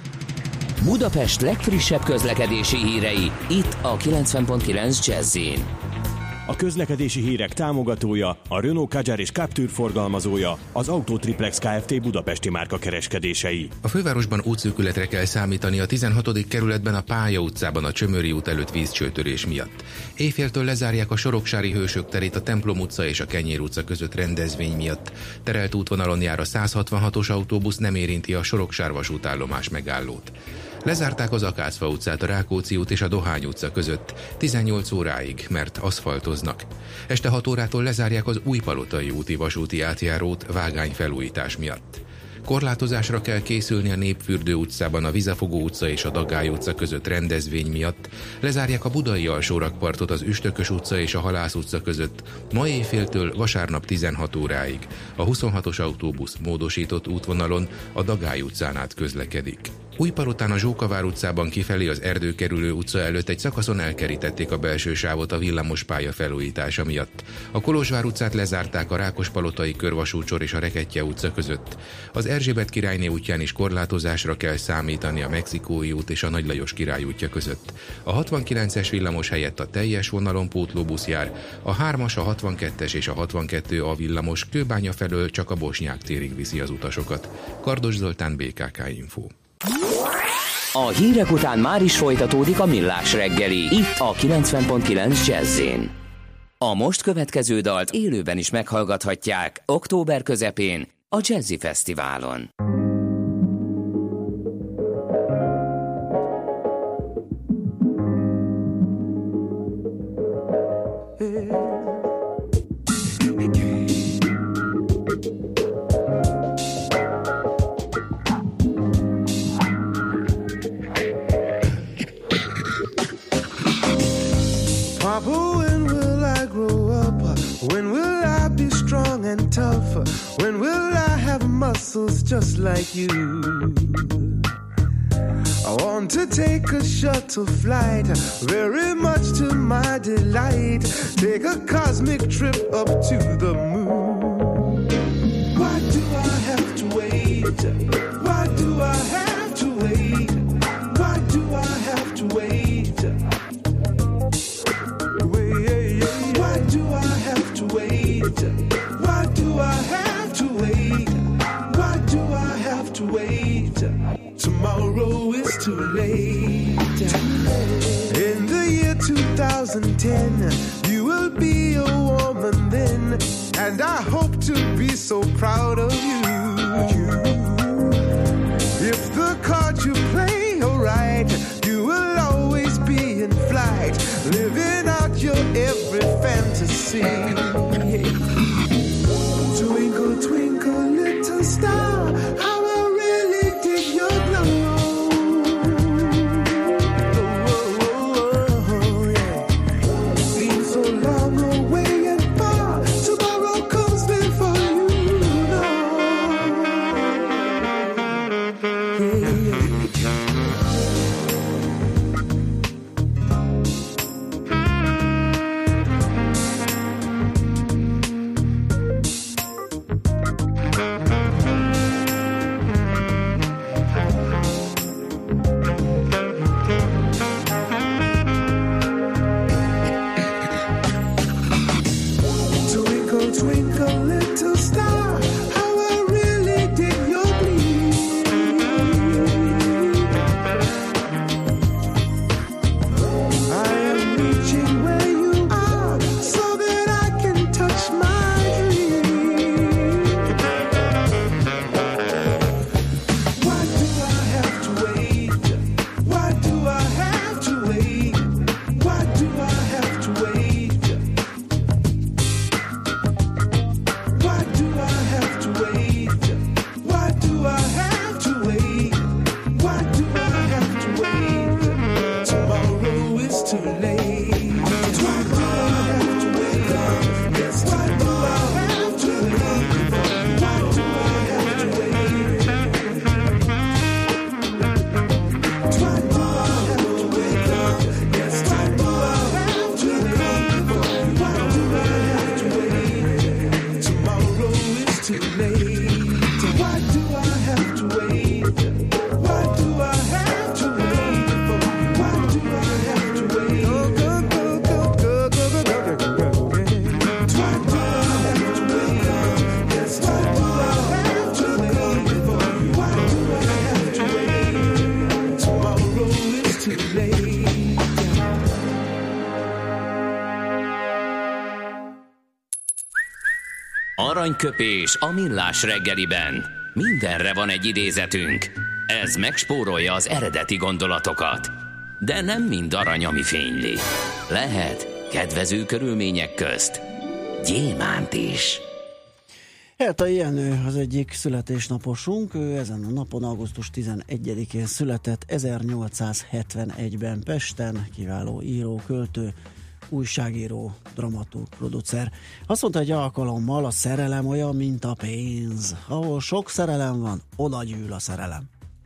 Budapest legfrissebb közlekedési hírei, itt a kilencven pont kilenc Jazz-in. A közlekedési hírek támogatója, a Renault Kadjar és Captur forgalmazója, az Autotriplex Kft. Budapesti márka kereskedései. A fővárosban útszűkületre kell számítani a tizenhatodik kerületben a Pálya utcában a Csömöri út előtt vízcsőtörés miatt. Éjféltől lezárják a Soroksári Hősök terét a Templom utca és a Kenyér utca között rendezvény miatt. Terelt útvonalon jár a száz hatvanhatos autóbusz, nem érinti a Soroksár vasútállomás megállót. Lezárták az Akácfa utcát, a Rákóczi út és a Dohány utca között tizennyolc óráig, mert aszfaltoznak. Este hat órától lezárják az Újpalotai úti vasúti átjárót vágányfelújítás miatt. Korlátozásra kell készülni a Népfürdő utcában, a Vizafogó utca és a Dagály utca között rendezvény miatt. Lezárják a Budai alsórakpartot az Üstökös utca és a Halász utca között ma éjféltől vasárnap tizenhat óráig. A huszonhatos autóbusz módosított útvonalon a Dagály utcán át közlekedik. Újpalotán a Zsókavár utcában kifelé az Erdőkerülő utca előtt egy szakaszon elkerítették a belső sávot a villamospálya felújítása miatt. A Kolozsvár utcát lezárták a Rákospalotai körvasútsor és a Rekettye utca között. Az Erzsébet királyné útján is korlátozásra kell számítani a Mexikói út és a Nagy Lajos király útja között. A hatvankilences villamos helyett a teljes vonalon pótlóbusz jár, a hármas, a hatvankettes és a hatvankettő A villamos Kőbánya felől csak a Bosnyák térig viszi az utasokat. Kardos Zoltán, bé ká ká Info. A hírek után már is folytatódik a Millás reggeli, itt a kilencven pont kilenc Jazz-in. A most következő dalt élőben is meghallgathatják október közepén a Jazzy Fesztiválon. When will I have muscles just like you? I want to take a shuttle flight, very much to my delight. Take a cosmic trip up to the moon. Why do I have to wait? Why do I have to wait? Why do I have to wait? Wait, why do I have to wait? Why do I have to wait? late. In the year two thousand ten, you will be a woman then, and I hope to be so proud of you. If the card you play are right, you will always be in flight, living out your every fantasy. Twinkle, twinkle, little star, how I really dig your glow. Oh, yeah. Seems so long away and far, tomorrow comes before you know. Twinkle, twinkle, little star, how I really dig your gleam. I am reaching where you are so that I can touch my dream. Why do I have to wait? Why do I have to wait? Why do I have to wait? Why do I have to wait? Why do I have to wait? Why do I have to wait? Tomorrow is too late. Why do I have to wait? Yes, why do I have to wait? Why do I have to wait? Why do I have to wait? Yes, why do I have to wait? Why do I have to wait? Tomorrow is too late. Why do I have to wait? Why do I have to wait? Why do I have to wait? Go, go, go, go, go, go, go, go, go, go. Why do I have to wait? Yes, why do I have to wait? Why do I have to wait? Tomorrow is too late. Aranyköpés a millás reggeliben. Mindenre van egy idézetünk. Ez megspórolja az eredeti gondolatokat. De nem mind arany, ami fényli. Lehet kedvező körülmények közt gyémánt is. Hát a Jenő az egyik születésnaposunk, ő ezen a napon augusztus tizenegyedikén született, ezernyolcszázhetvenegyben Pesten, kiváló író, költő, újságíró, dramaturg, producer. Azt mondta egy alkalommal, a szerelem olyan, mint a pénz. Ahol sok szerelem van, oda gyűl a szerelem.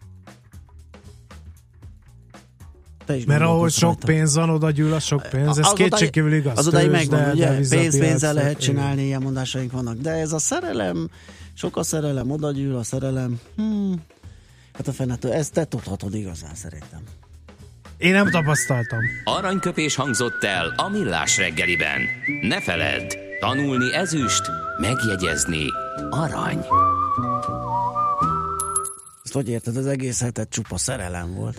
Mert ahol sok rajta. Pénz van, oda gyűl a sok pénz. Ez kétségkívül igaz. Az odáig megvan, ugye? Pénz-pénzzel lehet csinálni, ilyen mondásaink vannak. De ez a szerelem, sok a szerelem, oda gyűl a szerelem. Hmm. Hát a fenetől, ezt te tudhatod igazán szerintem. Én nem tapasztaltam. Aranyköpés hangzott el a millás reggeliben. Ne feledd, tanulni ezüst, megjegyezni arany. Ezt hogy érted, az egész hetet csupa szerelem volt.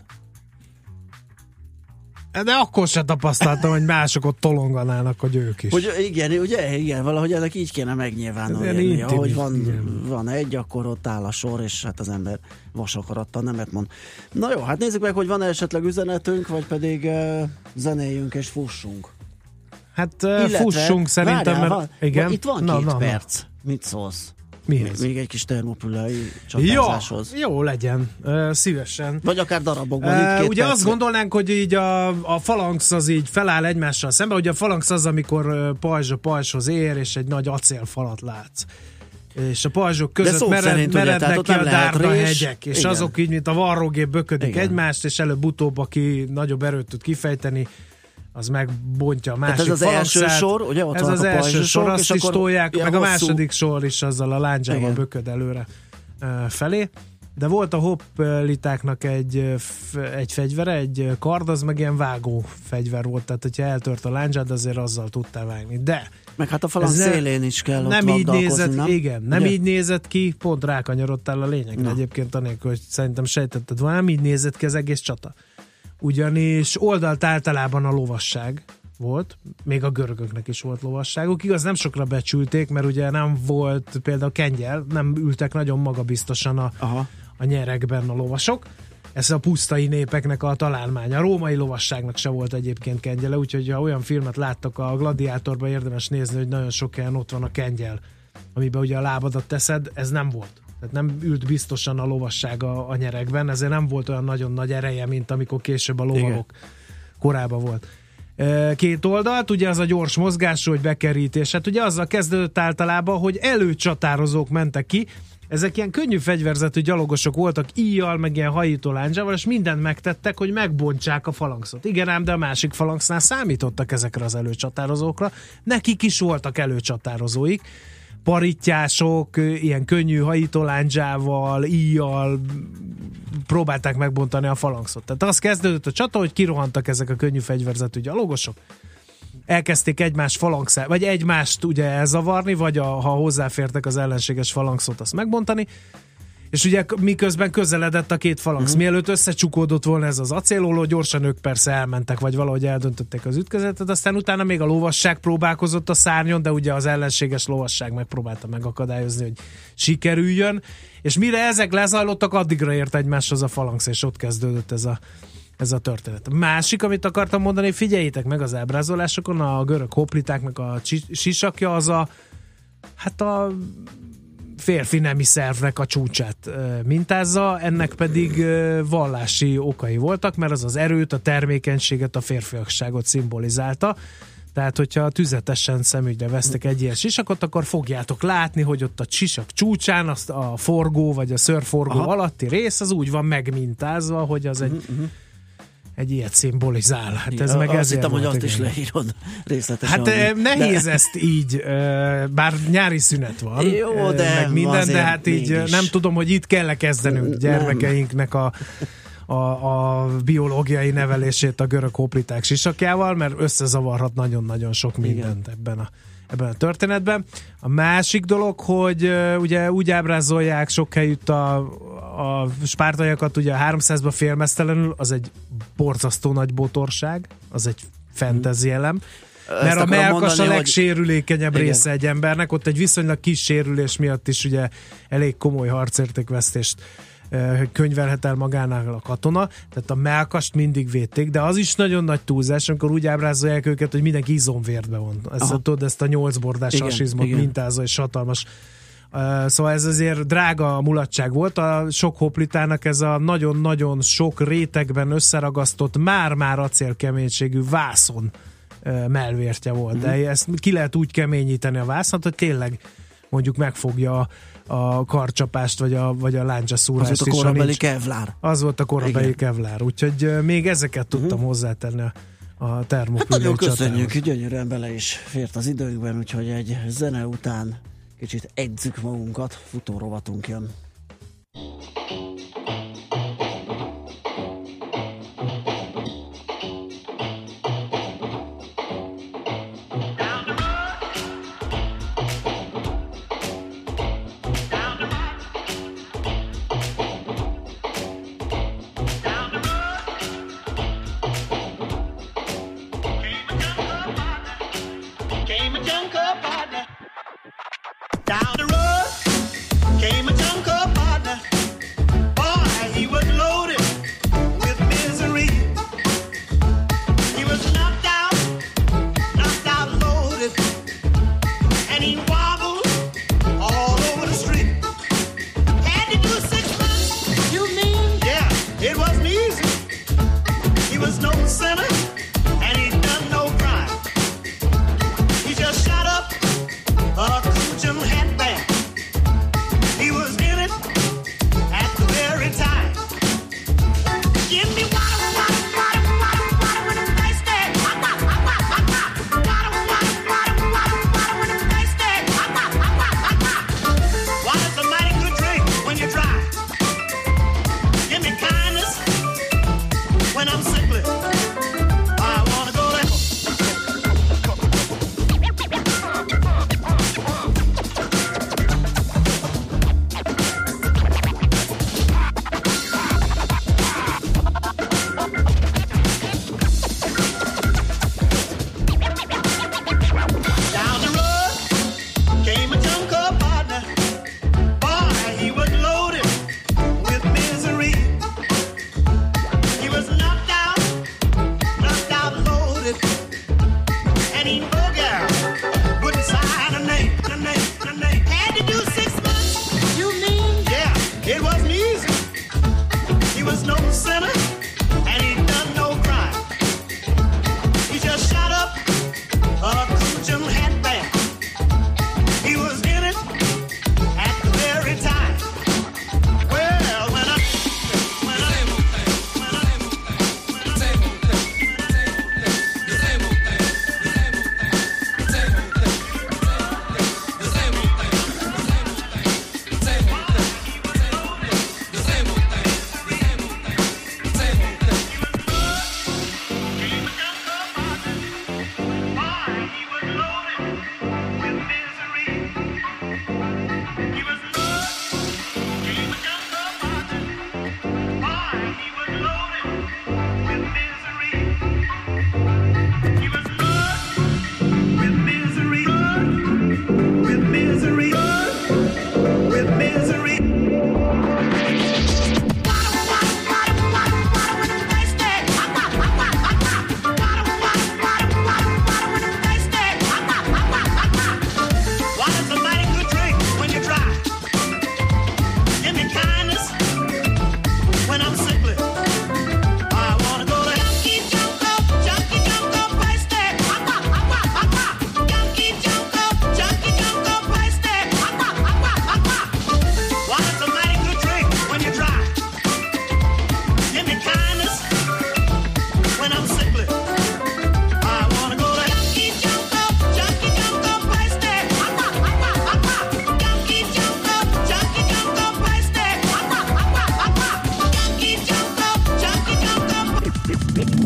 De akkor sem tapasztaltam, hogy mások ott tolonganának, hogy ők is. Hogy igen, ugye, igen, valahogy ennek így kéne megnyilvánulni. Ahogy van, van egy, akkor ott áll a sor, és hát az ember vasakarattal nemet mond. Na jó, hát nézzük meg, hogy van esetleg üzenetünk, vagy pedig uh, zenéljünk és fussunk. Hát uh, Illetve, fussunk szerintem, várjál, mert van, igen. Itt van na, két na, perc. Na. Mit szólsz? Mihez? Még egy kis termopülai csatázáshoz. Jó, jó legyen, uh, szívesen. Vagy akár darabokban. Uh, ugye perc. Azt gondolnánk, hogy így a, a falanx az így feláll egymással szemben, ugye a falanx az, amikor uh, pajzs a pajzshoz ér, és egy nagy acélfalat látsz. És a pajzsok között mered, merednek ki a Dárda hegyek, és igen. Azok így, mint a varrógép böködik igen. egymást, és előbb-utóbb, aki nagyobb erőt tud fejteni, az megbontja a másik falangszát. Ez az első sor, ugye? Ott ez az első sor, azt is tolják, meg a második hosszú... sor is azzal a lándzsával igen. bököd előre uh, felé. De volt a hoplitáknak egy, egy fegyvere, egy kard, az meg ilyen vágó fegyver volt, tehát hogyha eltört a lándzsát, azért azzal tudtál vágni. De meg hát a falang szélén is kell nem ott így nézett, nem? Igen, nem ugye? Így nézett ki, pont rákanyarodtál a lényegre. Egyébként anélkül, hogy szerintem sejtetted volna, nem így nézett ki az egész csata. ugyanis oldalt általában a lovasság volt, még a görögöknek is volt lovasságuk. Igaz, nem sokra becsülték, mert ugye nem volt például kengyel, nem ültek nagyon magabiztosan a, a nyerekben a lovasok. Ez a pusztai népeknek a találmánya. A római lovasságnak se volt egyébként kengyele, úgyhogy ha olyan filmet láttak a Gladiátorban, érdemes nézni, hogy nagyon sok helyen ott van a kengyel, amiben ugye a lábadat teszed, ez nem volt. Tehát nem ült biztosan a lovasság a, a nyerekben, ezért nem volt olyan nagyon nagy ereje, mint amikor később a lovalok korában volt. Két oldalt, ugye az a gyors mozgású, hogy bekerítés. Hát ugye azzal kezdődött általában, hogy előcsatározók mentek ki, ezek ilyen könnyű fegyverzetű gyalogosok voltak, íjjal, meg ilyen hajító lándzsával, és mindent megtettek, hogy megbontsák a falanxot. Igen ám, de a másik falanxnál számítottak ezekre az előcsatározókra. Nekik is voltak előcsatározóik, parittyások, ilyen könnyű hajító lándzsával, íjjal próbálták megbontani a falanxot. Tehát az kezdődött a csata, hogy kirohantak ezek a könnyű fegyverzetű gyalogosok, elkezdték egymás falanxát, vagy egymást ugye elzavarni, vagy a, ha hozzáfértek az ellenséges falanxot, azt megbontani, és ugye miközben közeledett a két falanx. Uh-huh. Mielőtt összecsukódott volna ez az acélóló, gyorsan ők persze elmentek, vagy valahogy eldöntötték az ütközetet, aztán utána még a lovasság próbálkozott a szárnyon, de ugye az ellenséges lovasság megpróbálta megakadályozni, hogy sikerüljön, és mire ezek lezajlottak, addigra ért egymáshoz a falanx, és ott kezdődött ez a ez a történet. Másik, amit akartam mondani, figyeljétek meg az ábrázolásokon, a görög hoplitáknak a sisakja az a hát a férfi nemi szervnek a csúcsát mintázza, ennek pedig vallási okai voltak, mert az az erőt, a termékenységet, a férfiasságot szimbolizálta. Tehát, hogyha tüzetesen szemügyre vesztek egy ilyen sisakot, akkor fogjátok látni, hogy ott a sisak csúcsán azt a forgó, vagy a szőrforgó Aha. alatti rész, az úgy van megmintázva, hogy az egy uh-huh. egy ilyet szimbolizál. Hát ez ja, meg azt ezért hittem, hogy azt igen. is leírod részletesen. Hát nehéz de... ezt így, bár nyári szünet van, jó, de meg minden, de hát így mégis. Nem tudom, hogy itt kell kezdenünk gyermekeinknek a, a, a biológiai nevelését a görög hopliták sisakjával, mert összezavarhat nagyon-nagyon sok mindent ebben a ebben a történetben. A másik dolog, hogy uh, ugye úgy ábrázolják sok helyütt a, a spártaiakat, ugye a háromszázban félmeztelenül, az egy borzasztó nagy botorság, az egy fantasy elem, mert a mellkas a legsérülékenyebb hogy... része egy embernek, ott egy viszonylag kis sérülés miatt is ugye elég komoly harcértékvesztést könyvelhet el magánál a katona, tehát a mellkast mindig védték, de az is nagyon nagy túlzás, amikor úgy ábrázolják őket, hogy mindenki izomvértbe van. Ezt, tudod, ezt a nyolcbordás rasizmot mintázza, és hatalmas. Uh, szóval ez azért drága mulatság volt. A sok hoplitának ez a nagyon-nagyon sok rétegben összeragasztott, már-már acélkeménységű vászon uh, mellvértje volt. Mm-hmm. De ezt ki lehet úgy keményíteni a vászont, hogy tényleg mondjuk megfogja a karcsapást, vagy a, vagy a lándzsaszúrást is. Az volt a korabeli kevlár. Az volt a korabeli kevlár. Úgyhogy még ezeket tudtam uh-huh. hozzátenni a, a termopülő hát nagyon köszönjük, gyönyörűen bele is fért az időnkben, úgyhogy egy zene után kicsit edzük magunkat, futórovatunk jön. Down the road came a jungle.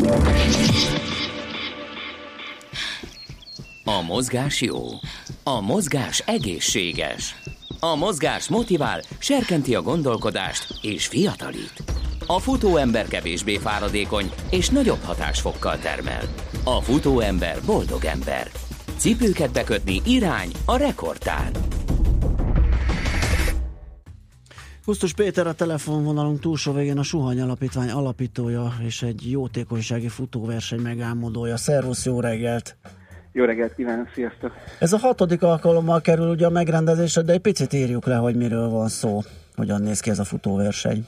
A mozgás jó. A mozgás egészséges. A mozgás motivál, serkenti a gondolkodást és fiatalít. A futóember kevésbé fáradékony és nagyobb hatásfokkal termel. A futóember boldog ember. Cipőket bekötni irány a rekordtán. Kusztus Péter a telefonvonalunk túlsó végén, a Suhany Alapítvány alapítója és egy jótékonysági futóverseny megálmodója. Szervusz, jó reggelt! Jó reggelt kívánok, sziasztok! Ez a hatodik alkalommal kerül ugye a megrendezésre, de egy picit írjuk le, hogy miről van szó, hogyan néz ki ez a futóverseny.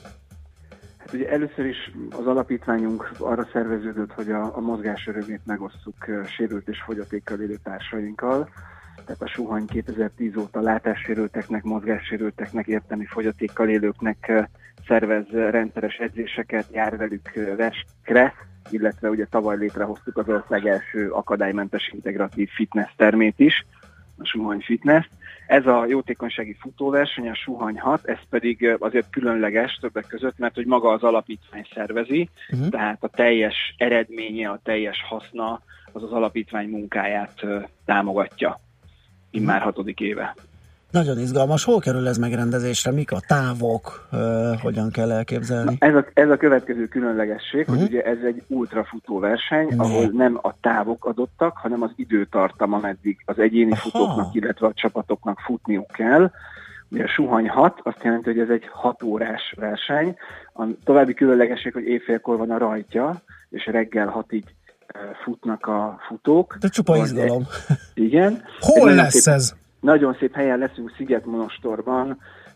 Hát ugye először is az alapítványunk arra szerveződött, hogy a, a mozgás örömét megosztjuk sérült és fogyatékkal élő társainkkal. Tehát a Suhany kétezer-tíz óta látássérülteknek, mozgássérülteknek, értelmi fogyatékkal élőknek szervez rendszeres edzéseket, jár velük versenyekre, illetve ugye tavaly létrehoztuk az ország első akadálymentes integratív fitness termét is, a Suhany Fitness. Ez a jótékonysági futóverseny, a Suhany hat, ez pedig azért különleges többek között, mert hogy maga az alapítvány szervezi, uh-huh. tehát a teljes eredménye, a teljes haszna az az alapítvány munkáját uh, támogatja. Immár hatodik éve. Nagyon izgalmas. Hol kerül ez megrendezésre? Mik a távok? Uh, hogyan kell elképzelni? Na, ez, a, ez a következő különlegesség, uh-huh. hogy ugye ez egy ultrafutó verseny, uh-huh. ahol nem a távok adottak, hanem az időtartam, ameddig az egyéni Aha. futóknak, illetve a csapatoknak futniuk kell. Ugye a Suhany hat azt jelenti, hogy ez egy hat órás verseny. A további különlegesség, hogy éjfélkor van a rajtja, és reggel hatig futnak a futók. De csupa izgalom. Igen. Hol egy lesz szép, ez? Nagyon szép helyen leszünk Szigetmonostorban,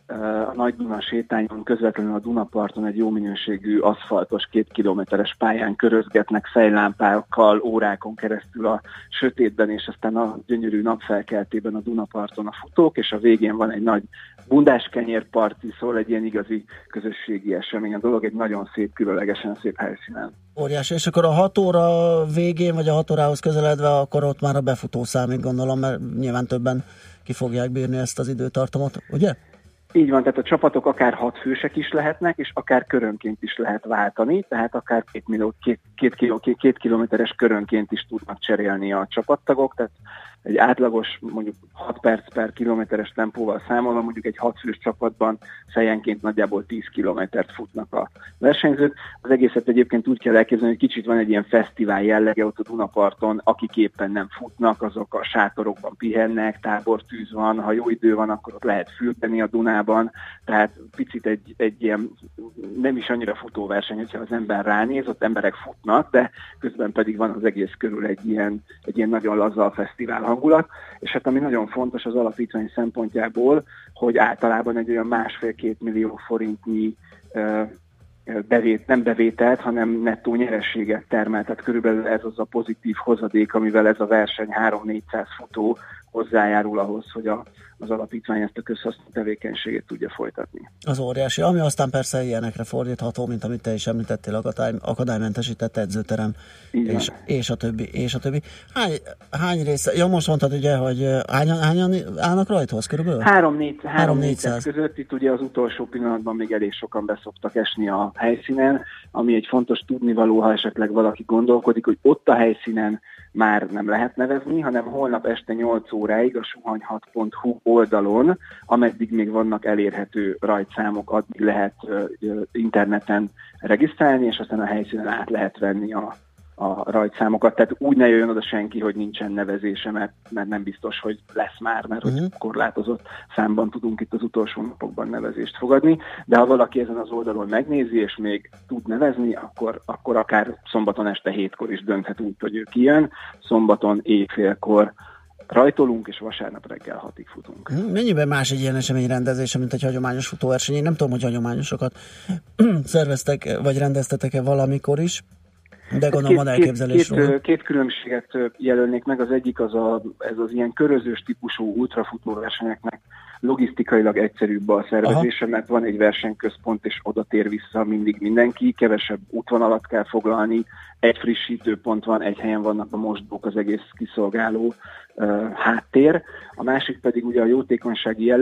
a Nagy Duna sétányon, közvetlenül a Dunaparton egy jó minőségű aszfaltos két kilométeres pályán körözgetnek fejlámpákkal órákon keresztül a sötétben, és aztán a gyönyörű napfelkeltében a Dunaparton a futók, és a végén van egy nagy bundáskenyérparti, szóval egy ilyen igazi közösségi esemény. A dolog egy nagyon szép, különlegesen szép helyszínen. Óriási, és akkor a hat óra végén, vagy a hat órához közeledve, akkor ott már a befutó számít, gondolom, mert nyilván többen ki fogják bírni ezt az időtartamot, ugye? Így van, tehát a csapatok akár hat fősek is lehetnek, és akár körönként is lehet váltani, tehát akár két, millió, két, két, kiló, két, két kilométeres körönként is tudnak cserélni a csapattagok, tehát egy átlagos mondjuk hat perc per kilométeres tempóval számolva, mondjuk egy hat fős csapatban fejenként nagyjából tíz kilométert futnak a versenyzők. Az egészet egyébként úgy kell elképzelni, hogy kicsit van egy ilyen fesztivál jellege ott a Dunaparton, akik éppen nem futnak, azok a sátorokban pihennek, tábortűz van, ha jó idő van, akkor ott lehet fürdeni a Dunában, tehát picit egy, egy ilyen nem is annyira futóverseny, hogyha az ember ránéz, ott emberek futnak, de közben pedig van az egész körül egy ilyen, egy ilyen nagyon laza fesztivál hangulat, és hát ami nagyon fontos az alapítvány szempontjából, hogy általában egy olyan másfél-két millió forintnyi uh, bevét, nem bevételt, hanem nettó nyerességet termel, tehát körülbelül ez az a pozitív hozadék, amivel ez a verseny három-négyszáz futó hozzájárul ahhoz, hogy a, az alapítvány ezt a közhasznú tevékenységét tudja folytatni. Az óriási, ami aztán persze ilyenekre fordítható, mint amit te is említettél, akadály, akadálymentesített edzőterem, és, és a többi, és a többi. Hány, hány része, ja most mondtad ugye, hogy hányan, hányan állnak rajthoz körülbelül? három-négyszáz között, itt ugye az utolsó pillanatban még elég sokan beszoktak esni a helyszínen, ami egy fontos tudnivaló, ha esetleg valaki gondolkodik, hogy ott a helyszínen már nem lehet nevezni, hanem holnap este nyolc óráig a suhany hat pont hu oldalon, ameddig még vannak elérhető rajtszámok, addig lehet uh, interneten regisztrálni, és aztán a helyszínen át lehet venni a, a rajtszámokat. Tehát úgy ne jöjjön oda senki, hogy nincsen nevezése, mert, mert nem biztos, hogy lesz már, mert uh-huh. korlátozott számban tudunk itt az utolsó napokban nevezést fogadni, de ha valaki ezen az oldalon megnézi, és még tud nevezni, akkor, akkor akár szombaton este hétkor is dönthet úgy, hogy ő kijön, szombaton éjfélkor rajtolunk, és vasárnap reggel hatig futunk. Mennyiben más egy ilyen esemény rendezése, mint egy hagyományos futóverseny? Én nem tudom, hogy hagyományosokat szerveztek, vagy rendeztetek-e valamikor is, de gondolom van elképzelésről. Két, két, két különbséget jelölnék meg, az egyik az a, ez az ilyen körözős típusú ultrafutóversenyeknek logisztikailag egyszerűbb a szervezése, Aha. mert van egy versenyközpont, és oda tér vissza mindig mindenki, kevesebb útvonalat kell foglalni, egy frissítőpont van, egy helyen vannak a mosdók, az egész kiszolgáló uh, háttér. A másik pedig ugye a jótékonysági jelleg,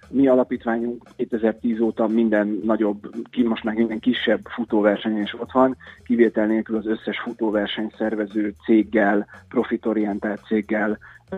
Mi alapítványunk kétezer-tíz óta minden nagyobb, most már minden kisebb futóversenyen is ott van, kivétel nélkül az összes futóverseny szervező céggel, profitorientált céggel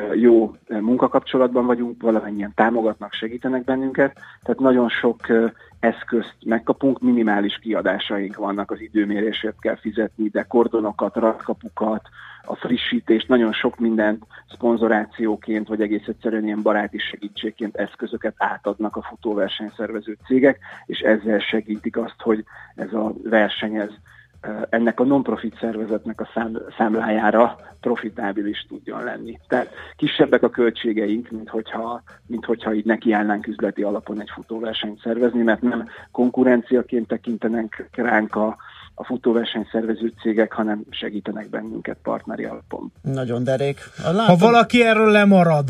jó munkakapcsolatban vagyunk, valamennyien támogatnak, segítenek bennünket, tehát nagyon sok eszközt megkapunk, minimális kiadásaink vannak, az időmérésért kell fizetni, de kordonokat, radkapukat, a frissítést, nagyon sok mindent szponzorációként, vagy egész egyszerűen ilyen baráti segítségként eszközöket átadnak a futóversenyszervező cégek, és ezzel segítik azt, hogy ez a verseny, ez ennek a non-profit szervezetnek a szám, számlájára profitábilis tudjon lenni. Tehát kisebbek a költségeink, mint hogyha, mint hogyha így nekiállnánk üzleti alapon egy futóversenyt szervezni, mert nem konkurenciaként tekintenek ránk a, a futóversenyszervező cégek, hanem segítenek bennünket partneri alapon. Nagyon derék. Látom... Ha valaki erről lemarad,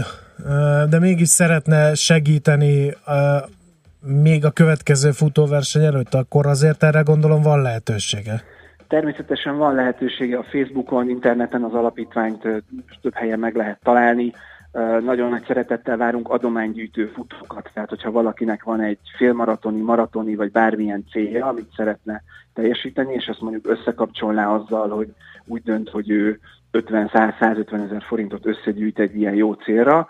de mégis szeretne segíteni még a következő futóverseny előtt, akkor azért erre gondolom van lehetősége. Természetesen van lehetősége a Facebookon, interneten az alapítványt több helyen meg lehet találni. Nagyon nagy szeretettel várunk adománygyűjtő futókat, tehát hogyha valakinek van egy félmaratoni, maratoni vagy bármilyen célja, amit szeretne teljesíteni, és azt mondjuk összekapcsolná azzal, hogy úgy dönt, hogy ő ötven-száz-százötven ezer forintot összegyűjt egy ilyen jó célra.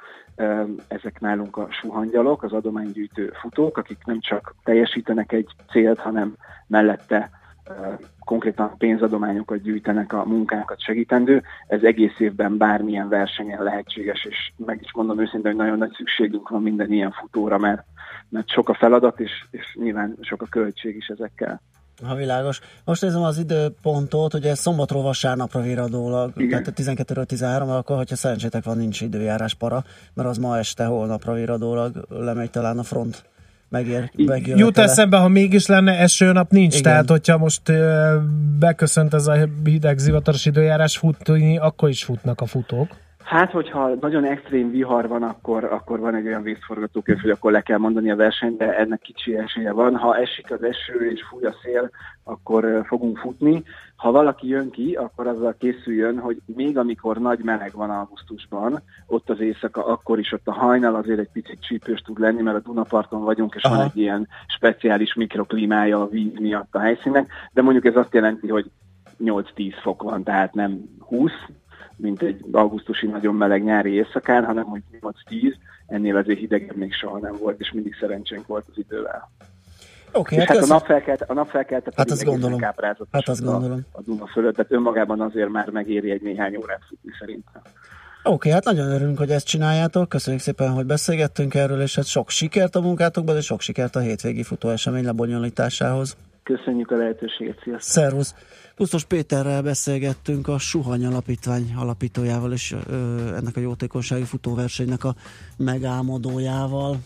Ezek nálunk a suhangyalok, az adománygyűjtő futók, akik nem csak teljesítenek egy célt, hanem mellette konkrétan pénzadományokat gyűjtenek a munkánkat segítendő. Ez egész évben bármilyen versenyen lehetséges, és meg is mondom őszintén, hogy nagyon nagy szükségünk van minden ilyen futóra, mert, mert sok a feladat, és, és nyilván sok a költség is ezekkel. Ha világos. Most nézem az időpontot, hogy ez szombatról vasárnapra viradólag, igen. Tehát tizenkettőről tizenháromra, akkor hogyha szerencsétek van, nincs időjárás para, mert az ma este, holnapra viradólag lemegy talán a front. Megér, Jut eszembe, ha mégis lenne esőnap, nincs. Igen. Tehát, hogyha most ö, beköszönt ez a hideg zivataros időjárás futni, akkor is futnak a futók. Hát, hogyha nagyon extrém vihar van, akkor, akkor van egy olyan vészforgatókönyv, hogy akkor le kell mondani a versenyt, de ennek kicsi esélye van. Ha esik az eső és fúj a szél, akkor fogunk futni. Ha valaki jön ki, akkor azzal készüljön, hogy még amikor nagy meleg van augusztusban, ott az éjszaka, akkor is ott a hajnal azért egy picit csípős tud lenni, mert a Dunaparton vagyunk, és Aha. van egy ilyen speciális mikroklímája a víz miatt a helyszínnek, de mondjuk ez azt jelenti, hogy nyolc-tíz fok van, tehát nem húsz, mint egy augusztusi nagyon meleg nyári éjszakán, hanem hogy nyolc-tíz, ennél azért hidegebb még soha nem volt, és mindig szerencsénk volt az idővel. Okay, és hát, hát a napfelkelte, a napfelkelte hát azt gondolom. Hát azt gondolom. A, a Duna fölött, tehát önmagában azért már megéri egy néhány órát futni szerintem. Oké, okay, hát nagyon örülünk, hogy ezt csináljátok. Köszönjük szépen, hogy beszélgettünk erről, és hát sok sikert a munkátokban, és sok sikert a hétvégi futóesemény lebonyolításához. Köszönjük a lehetőséget, sziasztok! Szervusz! Pusztos Péterrel beszélgettünk, a Suhany Alapítvány alapítójával, és ö, ennek a jótékonysági futóversenynek a megálmodójával.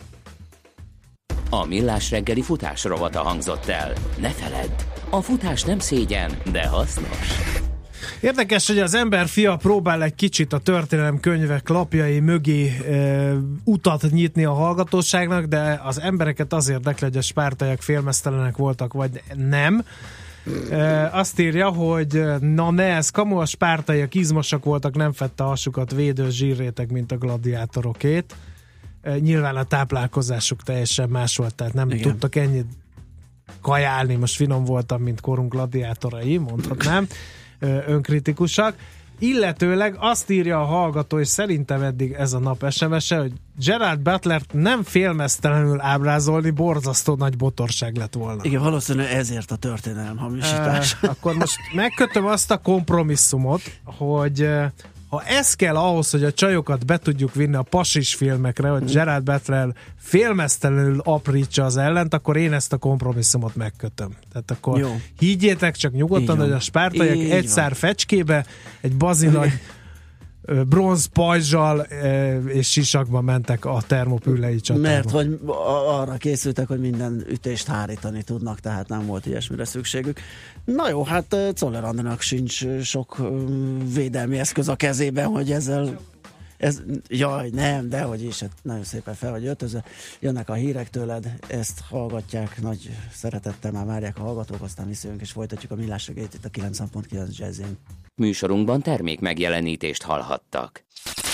A Millás reggeli futás rovata hangzott el. Ne feledd, a futás nem szégyen, de hasznos. Érdekes, hogy az ember fia próbál egy kicsit a történelemkönyvek lapjai mögé e, utat nyitni a hallgatóságnak, de az embereket az érdekli, hogy a spártaiak félmeztelenek voltak, vagy nem. E, azt írja, hogy na ne, ez kamu, a spártaiak izmosak voltak, nem fedte a hasukat védő zsírréteg, mint a gladiátorokét. E, nyilván a táplálkozásuk teljesen más volt, tehát nem Igen. tudtak ennyit kajálni, most finom voltam, mint korunk gladiátorai, mondhatnám. Önkritikusak. Illetőleg azt írja a hallgató, és szerintem eddig ez a nap es em es-e, hogy Gerard Butlert nem félmeztelenül ábrázolni borzasztó nagy botorság lett volna. Igen, valószínűleg ezért a történelem hamisítás. E, akkor most megkötöm azt a kompromisszumot, hogy ha ez kell ahhoz, hogy a csajokat be tudjuk vinni a pasis filmekre, hogy Gerard Butler félmeztelenül aprítsa az ellent, akkor én ezt a kompromisszumot megkötöm. Tehát akkor Jó. higgyétek csak nyugodtan, hogy a spártaiak Így egy van. szár fecskébe, egy bazinagy bronz pajzsal és sisakba mentek a Termopülei csatába. Mert hogy arra készültek, hogy minden ütést hárítani tudnak, tehát nem volt ilyesmire szükségük. Na jó, hát Czoller Andrának sincs sok védelmi eszköz a kezében, hogy ezzel ez, jaj, nem, dehogy is, hát nagyon szépen fel vagy öltözve. Jönnek a hírek tőled, ezt hallgatják, nagy szeretettel már várják a hallgatók, aztán visszajönk és folytatjuk a Millás reggelit itt a kilencven pont kilenc Jazzin. Műsorunkban termék megjelenítést hallhattak.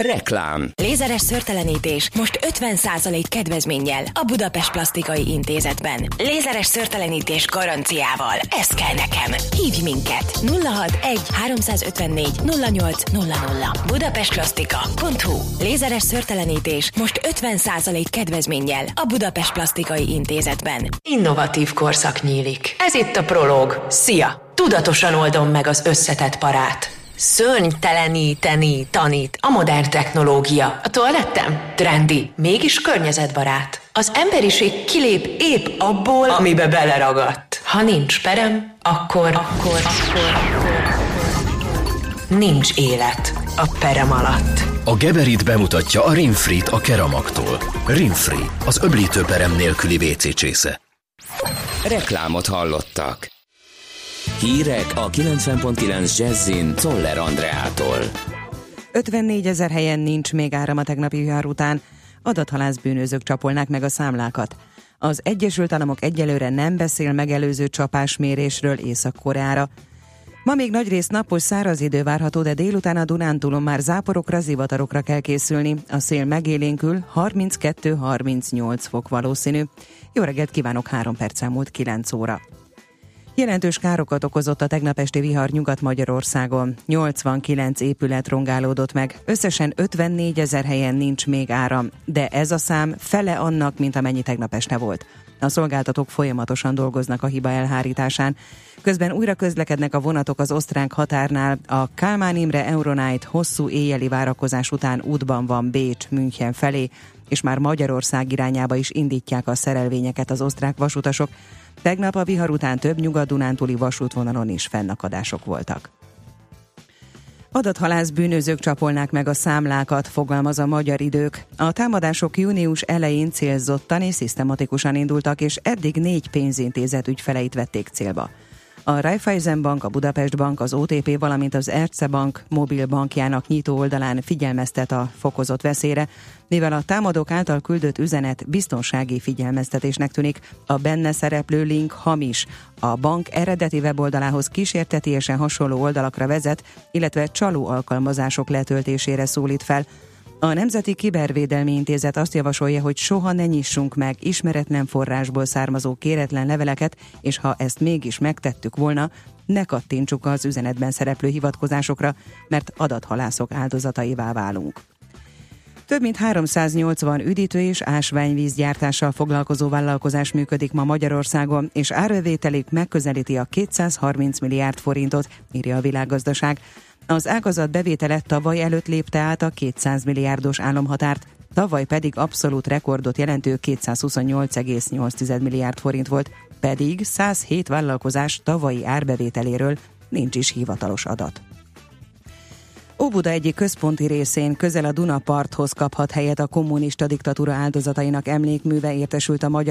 Reklám. Lézeres szőrtelenítés most ötven százalék kedvezménnyel a Budapest Plastikai Intézetben. Lézeres szőrtelenítés garanciával. Ez kell nekem. Hívj minket! nulla hat egy három öt négy nulla nyolc nulla nulla budapestplastika pont hu. Lézeres szőrtelenítés most ötven százalék kedvezménnyel a Budapest Plastikai Intézetben. Innovatív korszak nyílik. Ez itt a Prológ. Szia! Tudatosan oldom meg az összetett parát. Szörnyteleníteni tanít a modern technológia. A toalettem trendi, mégis környezetbarát. Az emberiség kilép épp abból, amibe beleragadt. Ha nincs perem, akkor, akkor, akkor, akkor nincs élet a perem alatt. A Geberit bemutatja a Rinfrit a Keramaktól. Rinfri, az öblítőperem nélküli vécé csésze. Reklámot hallottak. Hírek a kilencven pont kilenc Jazzin Czoller Andreától. ötvennégyezer helyen nincs még áram a tegnapi vihar után. Adathalász bűnözők csapolnák meg a számlákat. Az Egyesült Államok egyelőre nem beszél megelőző csapásmérésről Észak-Koreára. Ma még nagyrészt napos száraz idő várható, de délután a Dunántúlon már záporokra, zivatarokra kell készülni. A szél megélénkül, harminckettő harmincnyolc fok valószínű. Jó reggelt kívánok, három perc elmúlt kilenc óra. Jelentős károkat okozott a tegnap esti vihar Nyugat-Magyarországon. nyolcvankilenc épület rongálódott meg. Összesen ötvennégyezer helyen nincs még áram, de ez a szám fele annak, mint amennyi tegnap este volt. A szolgáltatók folyamatosan dolgoznak a hiba elhárításán. Közben újra közlekednek a vonatok az osztrák határnál. A Kálmán Imre Euronight hosszú éjjeli várakozás után útban van Bécs, München felé, és már Magyarország irányába is indítják a szerelvényeket az osztrák vasutasok. Tegnap a vihar után több nyugat-dunántúli vasútvonalon is fennakadások voltak. Adathalász bűnözők csapolnák meg a számlákat, fogalmaz a Magyar Idők. A támadások június elején célzottan és szisztematikusan indultak, és eddig négy pénzintézet ügyfeleit vették célba. A Raiffeisen Bank, a Budapest Bank, az o té pé, valamint az Erste Bank mobil bankjának nyitó oldalán figyelmeztet a fokozott veszélyre, mivel a támadók által küldött üzenet biztonsági figyelmeztetésnek tűnik, a benne szereplő link hamis, a bank eredeti weboldalához kísértetiesen hasonló oldalakra vezet, illetve csaló alkalmazások letöltésére szólít fel. A Nemzeti Kibervédelmi Intézet azt javasolja, hogy soha ne nyissunk meg ismeretlen forrásból származó kéretlen leveleket, és ha ezt mégis megtettük volna, ne kattintsuk az üzenetben szereplő hivatkozásokra, mert adathalászok áldozataivá válunk. Több mint háromszáznyolcvan üdítő- és ásványvízgyártással foglalkozó vállalkozás működik ma Magyarországon, és árbevételük megközelíti a kétszázharminc milliárd forintot, írja a Világgazdaság. Az ágazat bevétele tavaly előtt lépte át a kétszáz milliárdos álomhatárt, tavaly pedig abszolút rekordot jelentő kétszázhuszonnyolc egész nyolc milliárd forint volt, pedig százhét vállalkozás tavalyi árbevételéről nincs is hivatalos adat. Óbuda egyik központi részén, közel a Dunaparthoz kaphat helyet a kommunista diktatúra áldozatainak emlékműve, értesült a Magyar